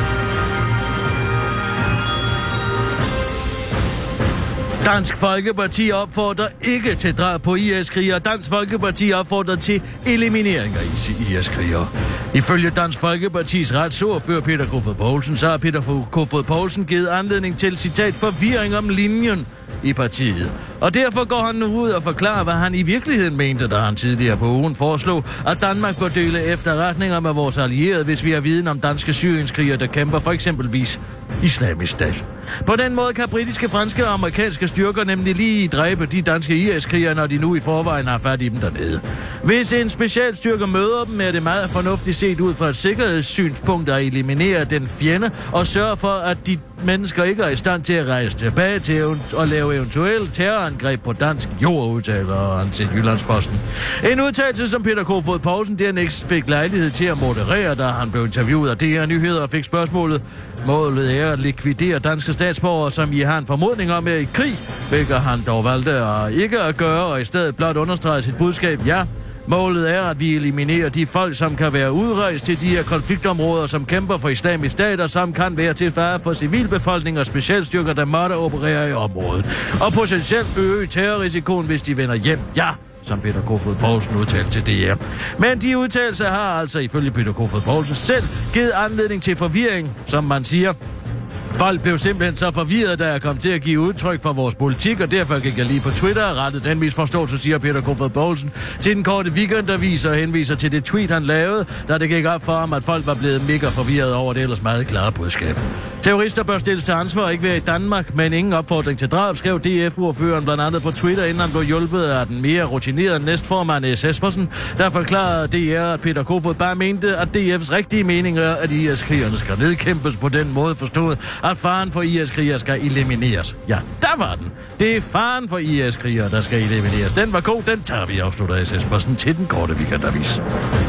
Dansk Folkeparti opfordrer ikke til drab på I S-krigere. Dansk Folkeparti opfordrer til eliminering af I S-krigere. Ifølge Dansk Folkepartis retsordfører Peter Kofod Poulsen, så har Peter Kofod Poulsen givet anledning til, citat, forvirring om linjen i partiet. Og derfor går han nu ud og forklarer, hvad han i virkeligheden mente, da han tidligere på ugen foreslog, at Danmark bør dele efterretninger med vores allierede, hvis vi har viden om danske syrienskrigere, der kæmper for eksempelvis Islamisk Stat. På den måde kan britiske, franske og amerikanske styrker nemlig lige dræbe de danske I S-krigere, når de nu i forvejen har fat i dem dernede. Hvis en specialstyrke møder dem, er det meget fornuftigt set ud fra et sikkerhedssynspunkt at eliminere den fjende og sørge for, at de mennesker ikke er i stand til at rejse tilbage til at lave eventuelle terrorangreb på dansk jord, udtaler han til Jyllandsposten. En udtalelse, som Peter Kofod Poulsen dernæst fik lejlighed til at moderere, da han blev interviewet af D R Nyheder og fik spørgsmålet: målet er at likvidere danske statsborgere, som I har en formodning om er i krig, hvilket han dog valgte at ikke at gøre, og i stedet blot understrege sit budskab: ja, målet er, at vi eliminerer de folk, som kan være udrejst til de her konfliktområder, som kæmper for Islamisk Stat, og som kan være til fare for civilbefolkning og specialstyrker, der måtte operere i området. Og potentielt øge terrorrisikoen, hvis de vender hjem. Ja, som Peter Kofod Poulsen udtalte til D R. Men de udtalelser har altså ifølge Peter Kofod Poulsen selv givet anledning til forvirring, som man siger. Folk blev simpelthen så forvirret, da jeg kom til at give udtryk for vores politik, og derfor gik jeg lige på Twitter og rettede den misforståelse, siger Peter Kofod Poulsen, til den korte weekendavis og henviser til det tweet, han lavede, da det gik op for ham, at folk var blevet mega forvirret over det ellers meget klare budskab. Terrorister bør stilles til ansvar og ikke være i Danmark, men ingen opfordring til drab, skrev D F-ordføreren blandt andet på Twitter, inden han blev hjulpet af den mere rutinerede næstformand S. Espersen, der forklarede D R, at Peter Kofod bare mente, at D F's rigtige mening er, at I S-krigerne skal nedkæmpes på den måde forstået, at faren for I S-krigere skal elimineres. Ja, der var den. Det er faren for I S-krigere, der skal elimineres. Den var god, den tager vi, afslutter S. Espersen til den korte weekendavis.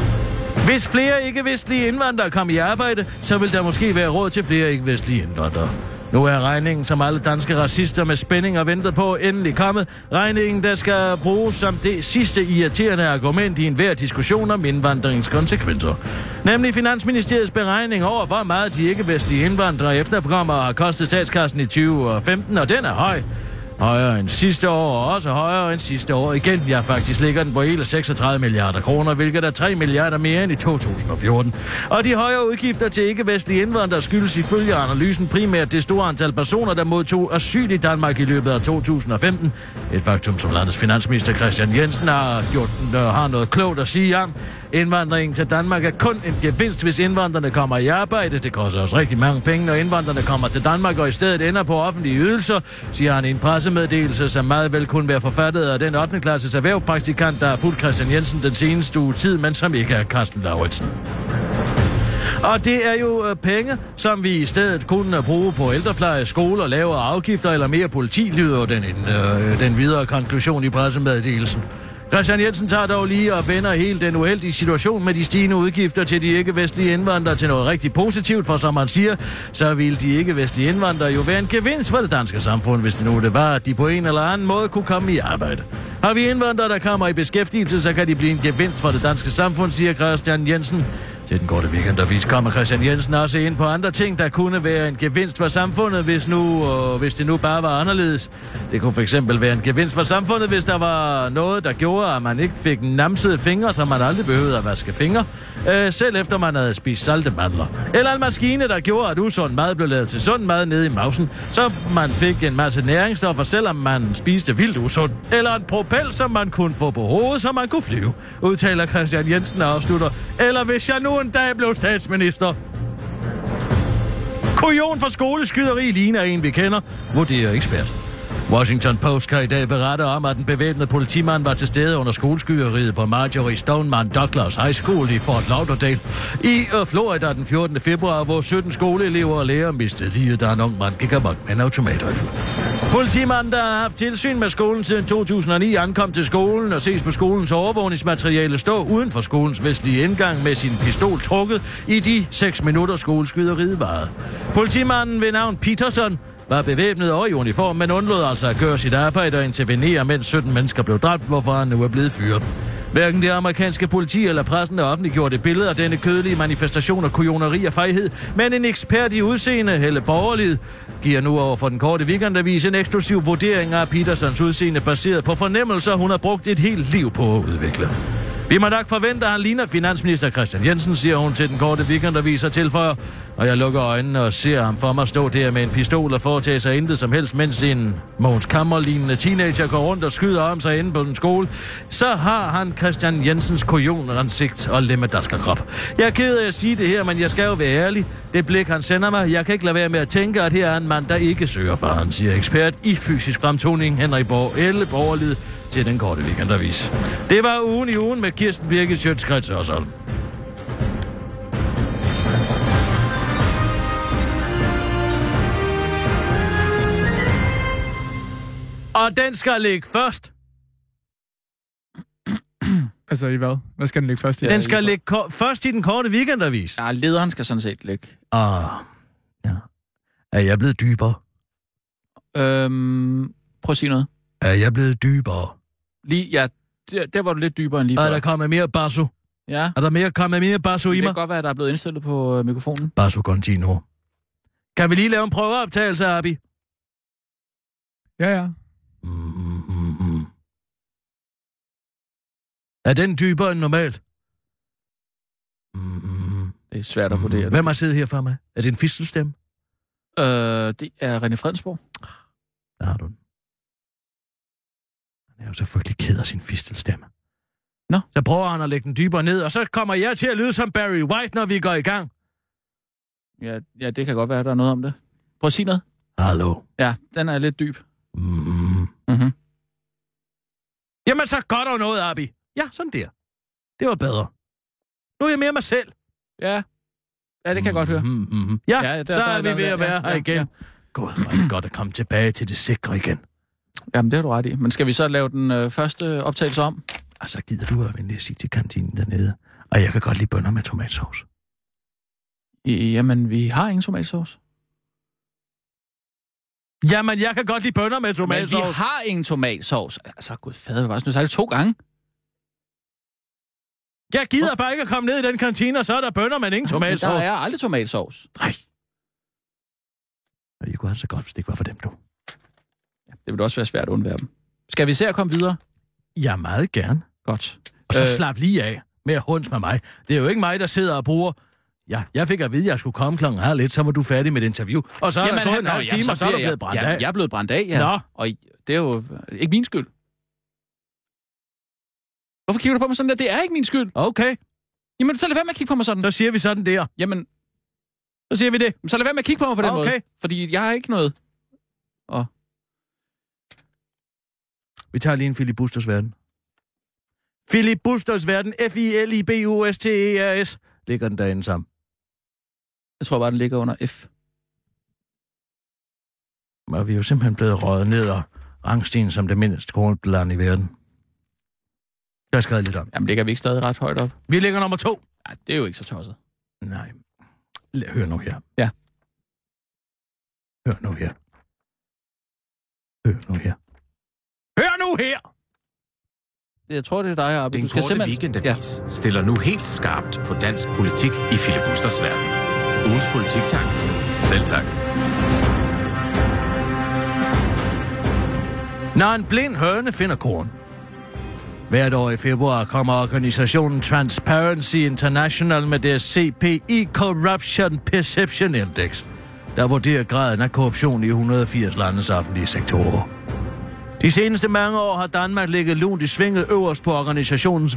Hvis flere ikke-vestlige indvandrere kom i arbejde, så vil der måske være råd til flere ikke-vestlige indvandrere. Nu er regningen, som alle danske racister med spænding har ventet på, endelig kommet. Regningen, der skal bruges som det sidste irriterende argument i enhver diskussion om indvandringens konsekvenser. Nemlig Finansministeriets beregning over, hvor meget de ikke-vestlige indvandrere efterkommere har kostet statskassen i tyve femten, og den er høj. Højere end sidste år, og også højere end sidste år igen. Ja, faktisk ligger den på hele seksogtredive milliarder kroner, hvilket er tre milliarder mere end i to tusind og fjorten. Og de højere udgifter til ikke-vestlige indvandrere skyldes ifølge analysen primært det store antal personer, der modtog asyl i Danmark i løbet af to tusind og femten. Et faktum, som landets finansminister Kristian Jensen har, gjort, har noget klogt at sige om. Indvandringen til Danmark er kun en gevinst, hvis indvandrerne kommer i arbejde. Det koster os rigtig mange penge, når indvandrerne kommer til Danmark og i stedet ender på offentlige ydelser, siger han i en pressemeddelelse, som meget vel kunne være forfattet af den ottende klasses erhvervspraktikant, der har fulgt Kristian Jensen den seneste uge tid, men som ikke er Carsten Lauritsen. Og det er jo øh, penge, som vi i stedet kunne bruge på ældrepleje, skoler, lavere afgifter eller mere politi, lyder den, øh, den videre konklusion i pressemeddelelsen. Kristian Jensen tager dog lige og vender hele den uheldige situation med de stigende udgifter til de ikke-vestlige indvandrere til noget rigtig positivt, for som man siger, så vil de ikke-vestlige indvandrere jo være en gevinst for det danske samfund, hvis det nu det var, at de på en eller anden måde kunne komme i arbejde. Har vi indvandrere, der kommer i beskæftigelse, så kan de blive en gevinst for det danske samfund, siger Kristian Jensen. Til den korte weekendavis kommer Kristian Jensen også ind på andre ting, der kunne være en gevinst for samfundet, hvis, nu, øh, hvis det nu bare var anderledes. Det kunne fx være en gevinst for samfundet, hvis der var noget, der gjorde, at man ikke fik namsede fingre, så man aldrig behøvede at vaske fingre, øh, selv efter man havde spist saltemandler. Eller en maskine, der gjorde, at usund mad blev lavet til sund mad nede i mausen, så man fik en masse næringsstoffer, selvom man spiste vildt usund. Eller en propel, som man kunne få på hovedet, så man kunne flyve, udtaler Kristian Jensen og afslutter. Eller hvis jeg nu en dag blev statsminister. Kujon for skoleskyderi ligner en, vi kender, vurderer ekspert. Washington Post kan i dag berette om, at den bevæbnede politimand var til stede under skoleskyderiet på Marjorie Stoneman Douglas High School i Fort Lauderdale i Florida den fjortende februar, hvor sytten skoleelever og lærere mistede livet, da en ung mand gik amok med en automatrifle. Politimanden, der har haft tilsyn med skolen siden to tusind og ni, ankom til skolen og ses på skolens overvågningsmateriale stå uden for skolens vestlige indgang med sin pistol trukket i de seks minutter skoleskyderiet varede. Politimanden ved navn Peterson var bevæbnet og i uniform, men undlod altså at gøre sit arbejde og intervenere, mens sytten mennesker blev dræbt, hvorfor han nu er blevet fyret. Hverken det amerikanske politi eller pressen har offentliggjort et billede af denne kødelige manifestation af kujoneri og fejhed, men en ekspert i udseende, Helle Borgerlid, giver nu over for den korte weekendavis en eksklusiv vurdering af Petersons udseende baseret på fornemmelser, hun har brugt et helt liv på at udvikle. Vi må nok forvente, at han ligner finansminister Kristian Jensen, siger hun til den korte weekendavis og tilføjer, og jeg lukker øjnene og ser ham for mig stå der med en pistol og foretage sig intet som helst, mens en Mogens Kammer-lignende teenager går rundt og skyder om sig inde på den skole, så har han Kristian Jensens kujonansigt og lemmedasker-krop. Jeg er ked af at sige det her, men jeg skal jo være ærlig. Det blik, han sender mig, jeg kan ikke lade være med at tænke, at her er en mand, der ikke søger for han, siger ekspert i fysisk fremtoning Henrik Borg Elle Borgerlid til den korte weekendavis. Det var ugen i ugen med Kirsten Birgit Schøtz-Krets Hørsholm. Og den skal ligge først. Altså i hvad? Hvad skal den ligge først i? Den skal ligge ko- først i den korte weekendavis. Ja, lederen skal sådan set ligge. Ah, ja. Er jeg blevet dybere? Øhm, prøv at sige noget. Er jeg blevet dybere? Lige, ja, der, der var du lidt dybere end lige før. Er der kommet mere basso? Ja. Er der mere, kommet mere basso i Det mig? kan godt være, at der er blevet indstillet på øh, mikrofonen. Basso continuo. Kan vi lige lave en prøveoptagelse, Abi? Ja, ja. Mm-hmm. Er den dybere end normalt? Mm-hmm. Det er svært at vurdere. Hvem har siddet her for mig? Er det en fistelstemme? Øh, det er René Fredensborg. Der har du den. Han er jo selvfølgelig ked af sin fistelstemme. Nå. Så prøver han at lægge den dybere ned, og så kommer jeg til at lyde som Barry White, når vi går i gang. Ja, ja, det kan godt være, at der er noget om det. Prøv at sige noget. Hallo. Ja, den er lidt dyb. Mm-hmm. Mhm. Jamen, så godt og noget, Abi. Ja, sådan der. Det var bedre. Nu er jeg mere mig selv. Ja, ja det kan jeg godt høre. Mm-hmm. Ja, Ja, ja der- så der- er der- vi ved der- at være ja, her ja, igen. ja. God, hvor er det godt at komme tilbage til det sikre igen. Jamen, det har du ret i. Men skal vi så lave den øh, første optagelse om? Altså, gider du at venlige at sige til kantinen dernede? Og jeg kan godt lide bønner med tomatsauce. I, jamen, vi har ingen tomatsauce. Jamen, jeg kan godt lide bønner med Men tomatsauce. vi har ingen tomatsauce. Altså, gud fader, vi var sådan sagt det to gange. Jeg gider bare ikke at komme ned i den kantine, og så er der bønner, men ingen Men tomatsauce. der er aldrig tomatsauce. Nej. Det kunne altså godt, hvis det ikke var for dem, du. Det vil også være svært at undvære dem. Skal vi se at komme videre? Ja, meget gerne. Godt. Og så Øh, slap lige af med at hunds med mig. Det er jo ikke mig, der sidder og bruger... Ja, jeg fik at vide, at jeg skulle komme klokken her lidt, så var du færdig med et interview. Og så er Jamen, der gået han- en halv nå, ja, time, så og så er du bliver blevet jeg- brændt ja, af. Jeg er blevet brændt af, ja. Nå. Og det er jo ikke min skyld. Hvorfor kigger du på mig sådan der? Det er ikke min skyld. Okay, Jamen, så lad være med at kigge på mig sådan. så siger vi sådan der. Jamen, Så siger vi det. så lad være med at kigge på mig på den Okay. måde. Fordi jeg har ikke noget. Og Vi tager lige en filibusters verden. Filibusters verden, F I L I B U S T E R S, ligger den derinde sammen. jeg tror bare, den ligger under F. Og vi er jo simpelthen blevet røget ned og rangstigen som det mindst korrupte land i verden. Jeg har skrevet lidt om. Jamen, ligger vi ikke stadig ret højt op? Vi ligger nummer to. Ja, det er jo ikke så tosset. Nej. Lad- Hør nu her. Ja. Hør nu her. Hør nu her. Hør nu her! Jeg tror, det er dig, Arbe. Den Du skal korte simpelthen... weekendavis stiller nu helt skarpt på dansk politik i filibusters verden. Ugens politik, tak. Selv tak. Når en blind høne finder korn. Hvert år i februar kommer organisationen Transparency International med deres C P I Corruption Perception Index, der vurderer graden af korruption i et hundrede og firs landes offentlige sektorer. De seneste mange år har Danmark ligget lunt i svinget øverst på organisationens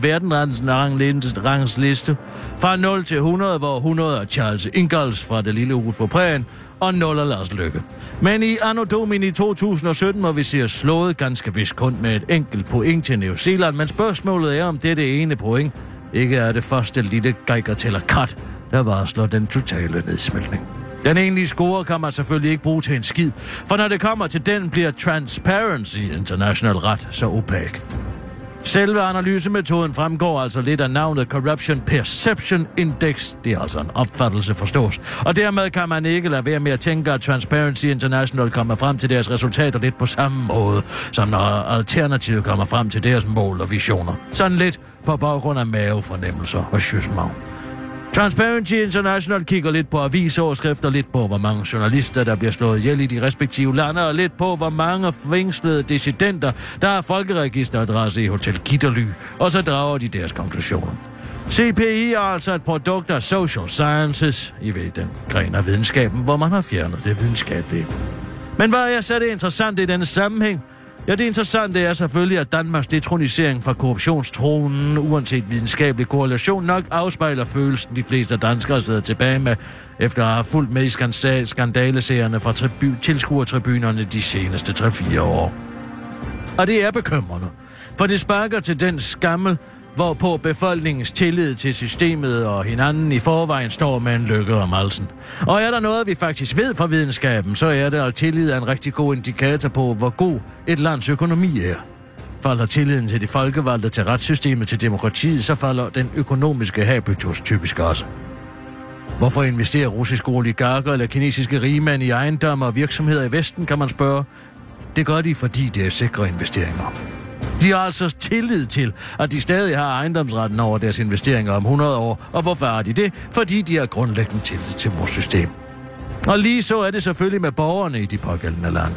verdensrangsliste fra nul til hundrede, hvor hundrede er Charles Ingalls fra det lille hus på Prærien, og nul er Lars Løkke. Men i Anno Domini to tusind og sytten må vi se os slået ganske vist kun med et enkelt point til New Zealand, men spørgsmålet er, om det er det ene point ikke er det første lille geiger tæller kat, der varsler den totale nedsmeltning. Den egentlige score kan man selvfølgelig ikke bruge til en skid, for når det kommer til den, bliver Transparency International ret så opak. Selve analysemetoden fremgår altså lidt af navnet Corruption Perception Index. Det er altså en opfattelse forstås. Og dermed kan man ikke lade være med at tænke, at Transparency International kommer frem til deres resultater lidt på samme måde, som når Alternativet kommer frem til deres mål og visioner. Sådan lidt på baggrund af mavefornemmelser og sjøsmag. Transparency International kigger lidt på avisoverskrifter, lidt på, hvor mange journalister, der bliver slået ihjel i de respektive lande, og lidt på, hvor mange fængslede dissidenter, der har folkeregisteradresse i Hotel Gitterly, og så drager de deres konklusioner. C P I er altså et produkt af social sciences, I ved den gren af videnskaben, hvor man har fjernet det videnskabelige. Men hvad er så det interessante i denne sammenhæng? Ja, det interessante er selvfølgelig, at Danmarks detronisering fra korruptionstronen, uanset videnskabelig korrelation, nok afspejler følelsen, de fleste danskere sidder tilbage med, efter at have fulgt med i skandal- skandaleserierne fra tribu- tilskuertribunerne de seneste tre fire år. Og det er bekymrende, for det sparker til den skammel, hvorpå befolkningens tillid til systemet og hinanden i forvejen står med en lykke om halsen. Og er der noget, vi faktisk ved fra videnskaben, så er det, at tillid er en rigtig god indikator på, hvor god et lands økonomi er. Falder tilliden til de folkevalgte, til retssystemet, til demokratiet, så falder den økonomiske habitus typisk også. Hvorfor investerer russiske oligarker eller kinesiske rigmænd i ejendomme og virksomheder i Vesten, kan man spørge. Det gør de, fordi det er sikre investeringer. De har altså tillid til, at de stadig har ejendomsretten over deres investeringer om hundrede år. Og hvorfor har de det? Fordi de har grundlæggende tillid til vores system. Og lige så er det selvfølgelig med borgerne i de pågældende lande.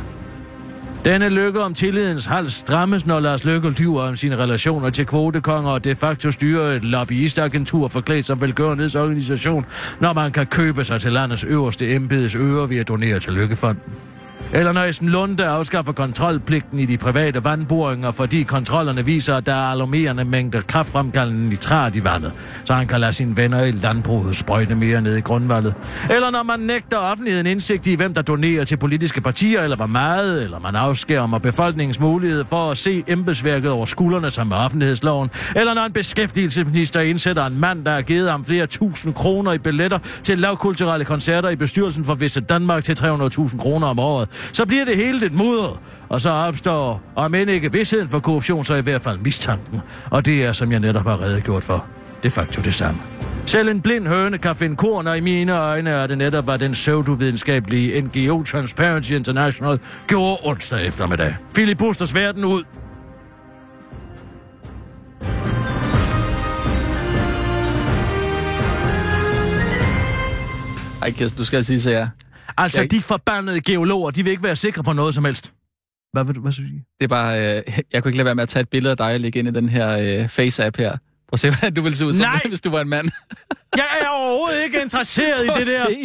Denne lykke om tillidens hals strammes, når Lars Løkke lyver om sine relationer til kvotekonger og de facto styrer et lobbyistagentur forklædt som velgørenhedsorganisation, når man kan købe sig til landets øverste embedes øre ved at donere til Løkkefonden. Eller når Esben Lunde afskaffer kontrolpligten i de private vandboringer, fordi kontrollerne viser, at der er alarmerende mængder kraftfremkaldende nitrat i vandet, så han kan lade sine venner i landbruget sprøjte mere ned i grundvandet. Eller når man nægter offentligheden indsigt i, hvem der donerer til politiske partier, eller hvor meget, eller man afskærmer befolkningens mulighed for at se embedsværket over skuldrene som med offentlighedsloven. Eller når en beskæftigelsesminister indsætter en mand, der har givet ham flere tusind kroner i billetter til lavkulturelle koncerter i bestyrelsen for Visit Danmark til tre hundrede tusind kroner om året, så bliver det hele lidt mudret, og så opstår, om end ikke vidstheden for korruption, så i hvert fald mistanken. Og det er, som jeg netop har redegjort for, det er faktisk det samme. Selv en blind høne kan finde korn, og i mine øjne er det netop, hvad den pseudovidenskabelige N G O Transparency International gjorde onsdag eftermiddag. Filibusters verden ud. Ej, Kirsten, du skal sige, så ja. Altså, Jeg... de forbandede geologer, de vil ikke være sikre på noget som helst. Hvad vil du, hvad sige? Det er bare, øh, jeg kunne ikke lade være med at tage et billede af dig og lægge ind i den her øh, face-app her. Prøv at se, hvordan du ville se ud, som, hvis du var en mand. Jeg er overhovedet ikke interesseret i det der.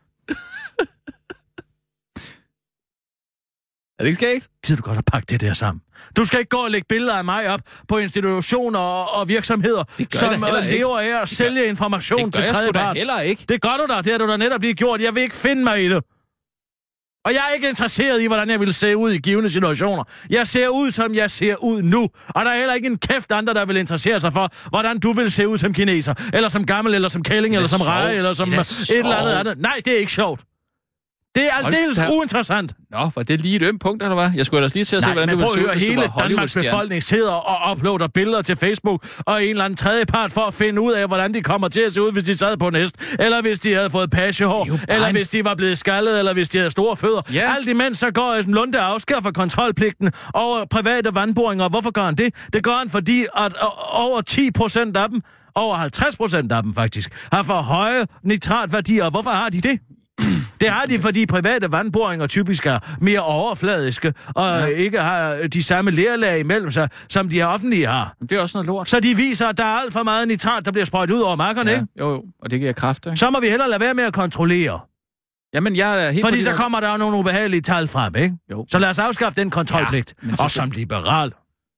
Er det ikke skægt? Gider du godt at pakke det der sammen? Du skal ikke gå og lægge billeder af mig op på institutioner og, og virksomheder, som lever af at sælge gør, information til tredje part. Det heller ikke. Det gør du da. Det har du da netop lige gjort. Jeg vil ikke finde mig i det. Og jeg er ikke interesseret i, hvordan jeg vil se ud i givende situationer. Jeg ser ud, som jeg ser ud nu. Og der er heller ikke en kæft andre, der vil interessere sig for, hvordan du vil se ud som kineser. Eller som gammel, eller som kælling, eller som reje, eller som et eller andet andet. Nej, det er ikke sjovt. Det er aldeles uinteressant. Nå, for det er lige et ømt punkt, eller hvad? Jeg skulle ellers lige til at se, Nej, hvordan du vil se ud, hvis hele Danmarks befolkning sidder og uploader billeder til Facebook, og en eller anden tredje part for at finde ud af, hvordan de kommer til at se ud, hvis de sad på en hest, eller hvis de havde fået pagehår, eller en... hvis de var blevet skaldet, eller hvis de havde store fødder. Ja. Alt imens så går Esben Lunde og afskaffer kontrolpligten over private vandboringer. Hvorfor gør han det? Det gør han, fordi at over ti procent af dem, over halvtreds procent af dem faktisk, har for høje nitratværdier. Hvorfor har de det? Det har de, fordi private vandboringer typisk er mere overfladiske, og ja. ikke har de samme lerlag imellem sig, som de offentlige har. Det er også noget lort. Så de viser, at der er alt for meget nitrat, der bliver sprøjtet ud over markerne, ja. ikke? Jo, jo, og det giver kraft, ikke? Så må vi hellere lade være med at kontrollere. Jamen, jeg er helt... Fordi så kommer der jo nogle ubehagelige tal frem, ikke? Jo. Så lad os afskaffe den kontrolpligt. Ja, og som liberal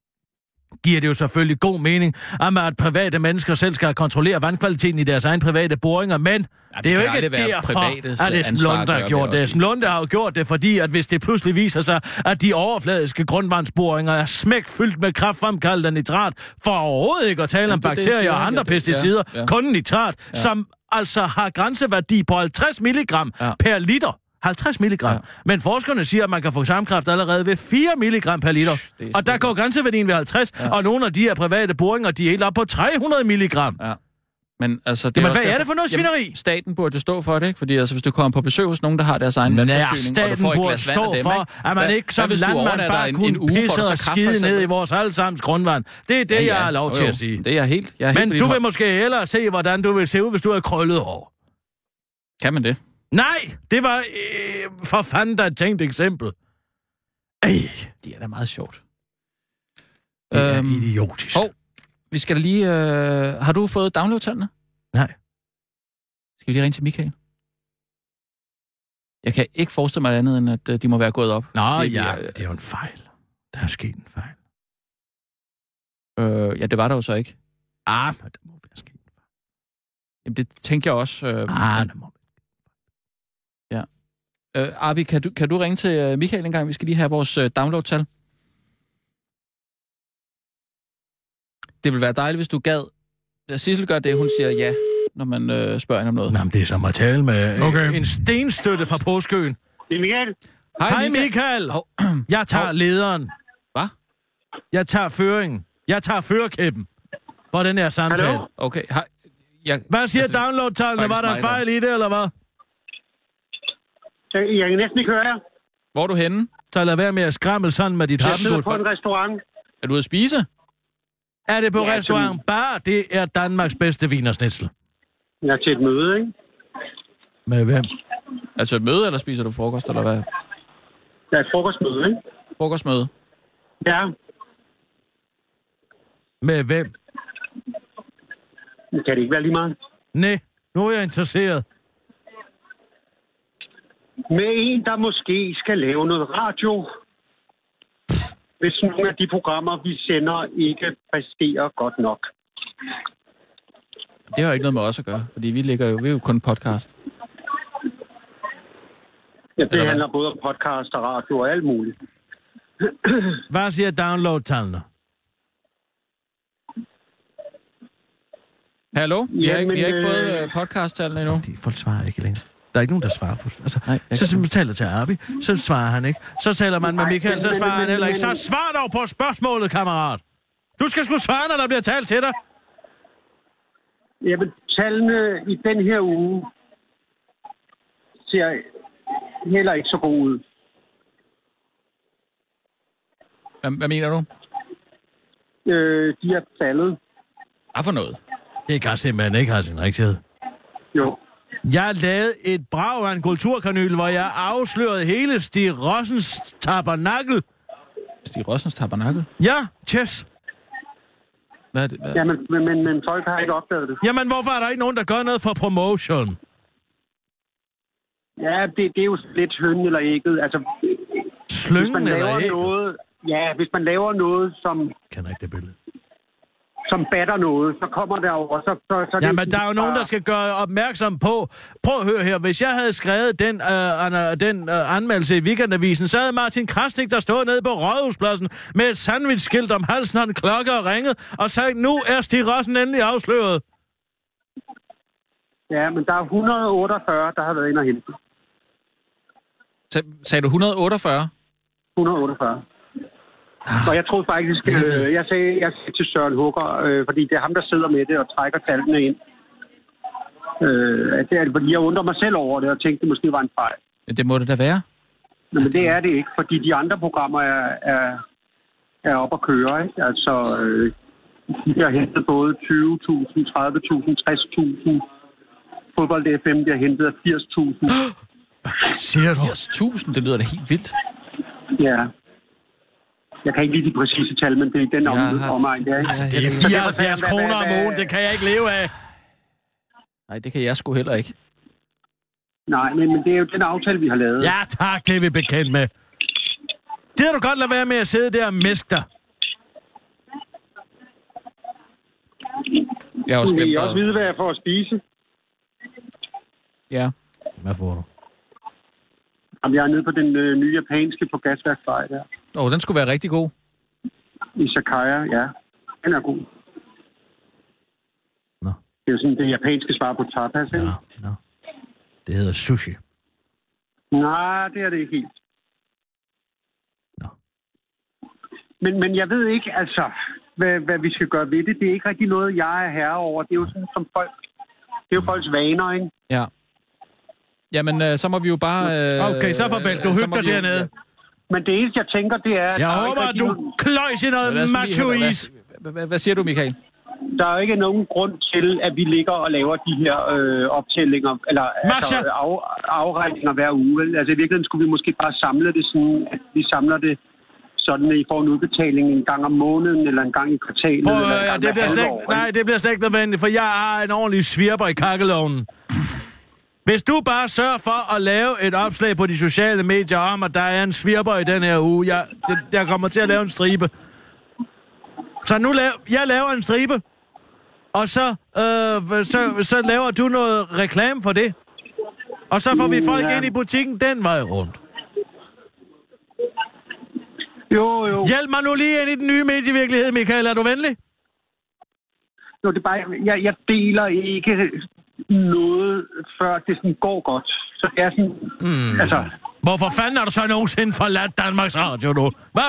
giver det jo selvfølgelig god mening, at private mennesker selv skal kontrollere vandkvaliteten i deres egen private boringer, men ja, det, det er jo ikke derfor, at Esben Lunde har gjort det. Esben Lunde har jo gjort det, fordi at hvis det pludselig viser sig, at de overfladiske grundvandsboringer er smækfyldt med kraftfremkaldt nitrat, for overhovedet ikke at tale om bakterier og andre pesticider, ja, ja. kun nitrat, ja. som altså har grænseværdi på halvtreds milligram ja. per liter. halvtreds milligram. Ja. Men forskerne siger, at man kan få tarmkræft allerede ved fire milligram per liter. Og der går grænseværdien ved halvtreds, ja. og nogle af de her private boringer, de er helt op på tre hundrede milligram. Ja. Men altså, det Jamen, er hvad derfor, er det for noget svineri? Jamen, staten burde jo stå for det, ikke? Fordi altså, hvis du kommer på besøg hos nogen, der har deres egen vandforsyning, ja, og du får et glas vand af dem, for, at man ikke som landmand bare kunne pisse og skide ned i vores allesammens grundvand. Det er det, ja, ja. jeg har lov til jo, jo. at sige. Det er jeg helt... Jeg er Men helt du vil måske hellere se, hvordan du vil se ud, hvis du har krøllet hår. Kan man det? Nej, det var øh, for fanden da et tænkt eksempel. Ej. Det er da meget sjovt. Det er øhm, idiotisk. Hov, vi skal da lige... Øh, har du fået download-tallene? Nej. Skal vi lige ringe til Michael? Jeg kan ikke forestille mig andet, end at de må være gået op. Nå det, ja, de, det er jo en fejl. Der er sket en fejl. Øh, ja, det var der jo så ikke. Ah, men der må være sket en fejl. Jamen, det tænker jeg også. Øh, ah, der må Ja. Øh, Arvi, kan du, kan du ringe til Michael en gang? Vi skal lige have vores øh, download-tal. Det vil være dejligt, hvis du gad. Sissel gør det, hun siger ja, når man øh, spørger hende om noget. Jamen, det er som at tale med okay. en stenstøtte fra Påskøen. Det er Michael. Hej, Hej Michael. Michael. Oh. Jeg tager oh. lederen. Hvad? Jeg tager føringen. Jeg tager førerkæppen på den her samtale. Hallo? Okay, hej. Jeg, hvad siger altså, download-tallene? Var der en fejl i det, eller hvad? Jeg kan næsten ikke høre jer. Hvor er du henne? Så lad være med at skræmme sådan med dit Jeg sidder på en restaurant. Er du ude at spise? Er det på ja, restaurant Bar? Det er Danmarks bedste vinersnitsel. Jeg er til et møde, ikke? Med hvem? Er du et møde, eller spiser du frokost, eller hvad? Der er et frokostmøde, ikke? Frokostmøde? Ja. Med hvem? Kan det ikke være lige meget? Nej, nu er jeg interesseret. Med en, der måske skal lave noget radio. Hvis nogle af de programmer, vi sender, ikke præsterer godt nok. Det har jo ikke noget med os at gøre, fordi vi ligger jo, vi er jo kun podcast. Ja, det handler både om podcast og radio og alt muligt. Hvad siger download-tallene? Hallo? Vi har, ja, ikke, vi har ikke fået øh... podcast-tallene endnu. Fordi folk svarer ikke længere. Der er ikke nogen, der svarer på... Altså, Nej, så simpelthen taler til Arbi, så svarer han ikke. Så taler man med Michael, så svarer han heller ikke. Så svar dog på spørgsmålet, kammerat. Du skal sgu svare, når der bliver talt til dig. Jamen, tallene i den her uge ser heller ikke så gode ud. Hvad, hvad mener du? Øh, de er faldet. Hvad for noget? Det kan simpelthen ikke have sin rigtighed. Jo. Jeg lavede et brag af en kulturkanyl, hvor jeg afslørede hele Stig Rossens tabernakel Stig Rossens tabernakel? Ja, Chess. Hvad er det? Hvad? Ja, men, men, men folk har ikke opdaget det. Jamen, hvorfor er der ikke nogen, der gør noget for promotion? Ja, det, det er jo lidt hønnen eller ægget. Altså, Slyngen hvis man eller laver ægget? noget, ja, hvis man laver noget, som, Jeg kender ikke det billede. som batter noget, så kommer der over. Så, så, så Ja, det men der er jo nogen, der skal gøre opmærksom på... Prøv at høre her. Hvis jeg havde skrevet den, øh, an, den øh, anmeldelse i Weekendavisen, så havde Martin Krasnik, der stod nede på Rådhuspladsen med et sandwichskilt om halsen og en klokke og ringet, og sagde, nu er Stig Rossen endelig afsløret. Ja, men der er et hundrede og otteogfyrre, der har været inde og hente. Sag, sagde du et hundrede og otteogfyrre? et hundrede og otteogfyrre. Og jeg troede faktisk, øh, jeg sagde, jeg sagde til Søren Hugger, øh, fordi det er ham, der sidder med det og trækker tallene ind. Øh, at det er, fordi jeg undrer mig selv over det, og tænkte, det måske var en fejl. Det må det da være. Men, men det er det ikke, fordi de andre programmer er, er, er op at køre, ikke? Altså, øh, de har hentet både tyve tusind, tredive tusind, tres tusind. Fodbold F M, de har hentet firs tusind. Hvad siger du? firs tusind, det lyder da helt vildt. Ja. Jeg kan ikke lide de præcise tal, men det er den har... omegn. Det er, altså, det er fireoghalvfjerds kroner om ugen, det kan jeg ikke leve af. Nej, det kan jeg sgu heller ikke. Nej, men, men det er jo den aftale, vi har lavet. Ja, tak, det er vi bekendt med. Det har du godt lade være med at sidde der og mæske dig. Jeg har også glemt glemt at... også vide, hvad jeg får at spise. Ja. Hvad får du? Jamen, jeg er nede på den øh, nye japanske på Gasværksvej der. Åh, oh, den skulle være rigtig god. Izakaya, ja. Den er god. Nå. Det er jo sådan det japanske svar på tapas, ikke? Nå, nå. Det hedder sushi. Nej, det er det ikke helt. Nå. Men, men jeg ved ikke, altså, hvad, hvad vi skal gøre ved det. Det er ikke rigtig noget, jeg er herre over. Det er jo sådan, som folk... Det er jo folks vaner, ikke? Ja. Jamen, øh, så må vi jo bare... Øh, okay, så farvel. Du hygger dig dernede. Jo... Men det eneste, jeg tænker, det er... Jeg håber, at du nogen... kløjs i noget macho-is. Hvad, hvad, hvad siger du, Michael? Der er ikke nogen grund til, at vi ligger og laver de her øh, optællinger, eller altså, af, afregninger hver uge. Altså i virkeligheden skulle vi måske bare samle det sådan, at vi samler det sådan, at I får en udbetaling en gang om måneden, eller en gang i kvartalet. Prøv, eller en gang ja, det bliver slet, år, nej, det bliver slet ikke nødvendigt, for jeg har en ordentlig svirper i kakkelovnen. Hvis du bare sørger for at lave et opslag på de sociale medier om, at der er en svirper i den her uge, jeg, det, jeg kommer til at lave en stribe. Så nu laver jeg laver en stribe, og så, øh, så, så laver du noget reklame for det. Og så får vi folk ja. ind i butikken den vej rundt. Jo, jo. Hjælp mig nu lige ind i den nye medievirkelighed, Michael. Er du venlig? Jo, det er bare... Jeg, jeg deler ikke noget, før det sådan går godt. Så det er sådan... Mm. Altså... Hvorfor fanden har du så nogensinde forladt Danmarks Radio nu? Hvad?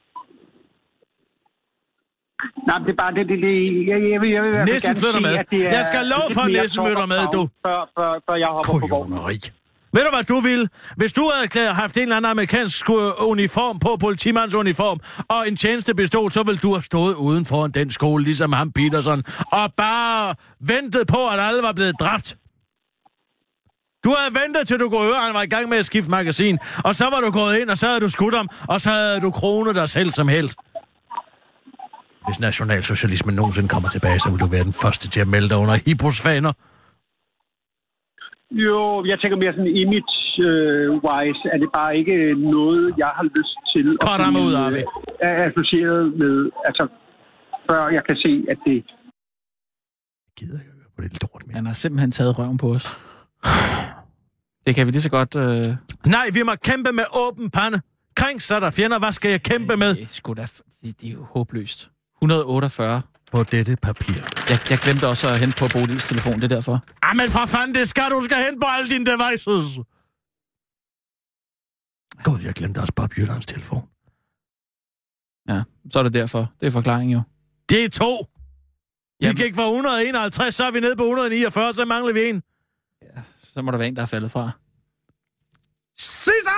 Nej, det er bare det, det, det jeg, jeg, vil, jeg vil Nissen flytter med. Det er, jeg skal love for, at Nissen møder med, du. Før, før, før jeg hopper på vognen. Ved du, hvad du vil? Hvis du havde haft en eller anden amerikansk uniform på, politimandsuniform, og en tjenestepistol, så ville du have stået uden foran den skole, ligesom ham Peterson, og bare ventet på, at alle var blevet dræbt. Du havde ventet, til du kunne høre, at han var i gang med at skifte magasin, og så var du gået ind, og så havde du skudt ham, og så havde du kronet dig selv som helt. Hvis nationalsocialismen nogensinde kommer tilbage, så vil du være den første til at melde dig under Hippos-faner. Jo, jeg tænker mere sådan image-wise, er det bare ikke noget, jeg har lyst til at blive ud, Arve. Er associeret med, altså, før jeg kan se, at det... Jeg gider ikke høre på det lort mere. Han har simpelthen taget røven på os. Det kan vi lige så godt... Øh... Nej, vi må kæmpe med åben pande. Krænk, så der fjender. Hvad skal jeg kæmpe med? Det er, sgu da, det, det er jo håbløst. et hundrede og otteogfyrre. På dette papir. Jeg, jeg glemte også at hente på Bodils telefon, det er derfor. Ah, men for fanden, det skal du skal hente på alle dine devices. Gud, jeg glemte også Bob Jyllands telefon. Ja, så er det derfor. Det er forklaringen jo. Det er to. Vi Jamen. gik fra et hundrede og enoghalvtreds, så er vi nede på et hundrede og niogfyrre, så mangler vi en. Ja, så må der være en, der er faldet fra. Sissel!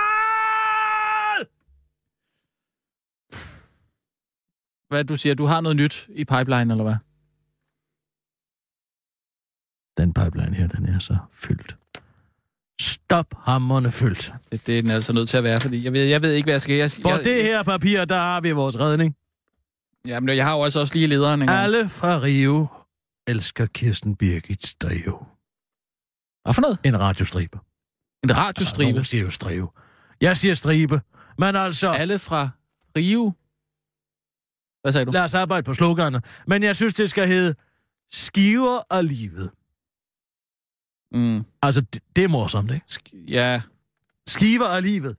Hvad du siger, du har noget nyt i pipeline, eller hvad? Den pipeline her, den er så fyldt. stophammerne fyldt. Det, det er den altså nødt til at være, fordi jeg ved, jeg ved ikke, hvad jeg skal... Jeg, På jeg, det her papir, der har vi vores redning. Jamen, jeg har jo altså også lige lederen en gang. Alle fra Rio elsker Kirsten Birgits Drive. Hvad for noget? En radiostribe. En radiostribe? Altså, nogen siger jo stribe. Jeg siger stribe. Men altså... Alle fra Rio? Hvad sagde du? Lad os arbejde på sloganet. Men jeg synes, det skal hedde Skiver af livet. Mm. Altså, det, det er morsomt, ikke? Sk- ja. Skiver af livet.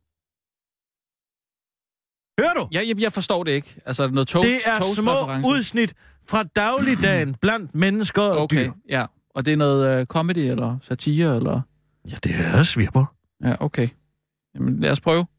Hører du? Ja, jeg, jeg forstår det ikke. Altså, noget toast, det er små udsnit fra dagligdagen blandt mennesker og okay, dyr. Ja. Og det er noget uh, comedy eller satire, eller? Ja, det er svirper. Ja, okay. Jamen, lad os prøve.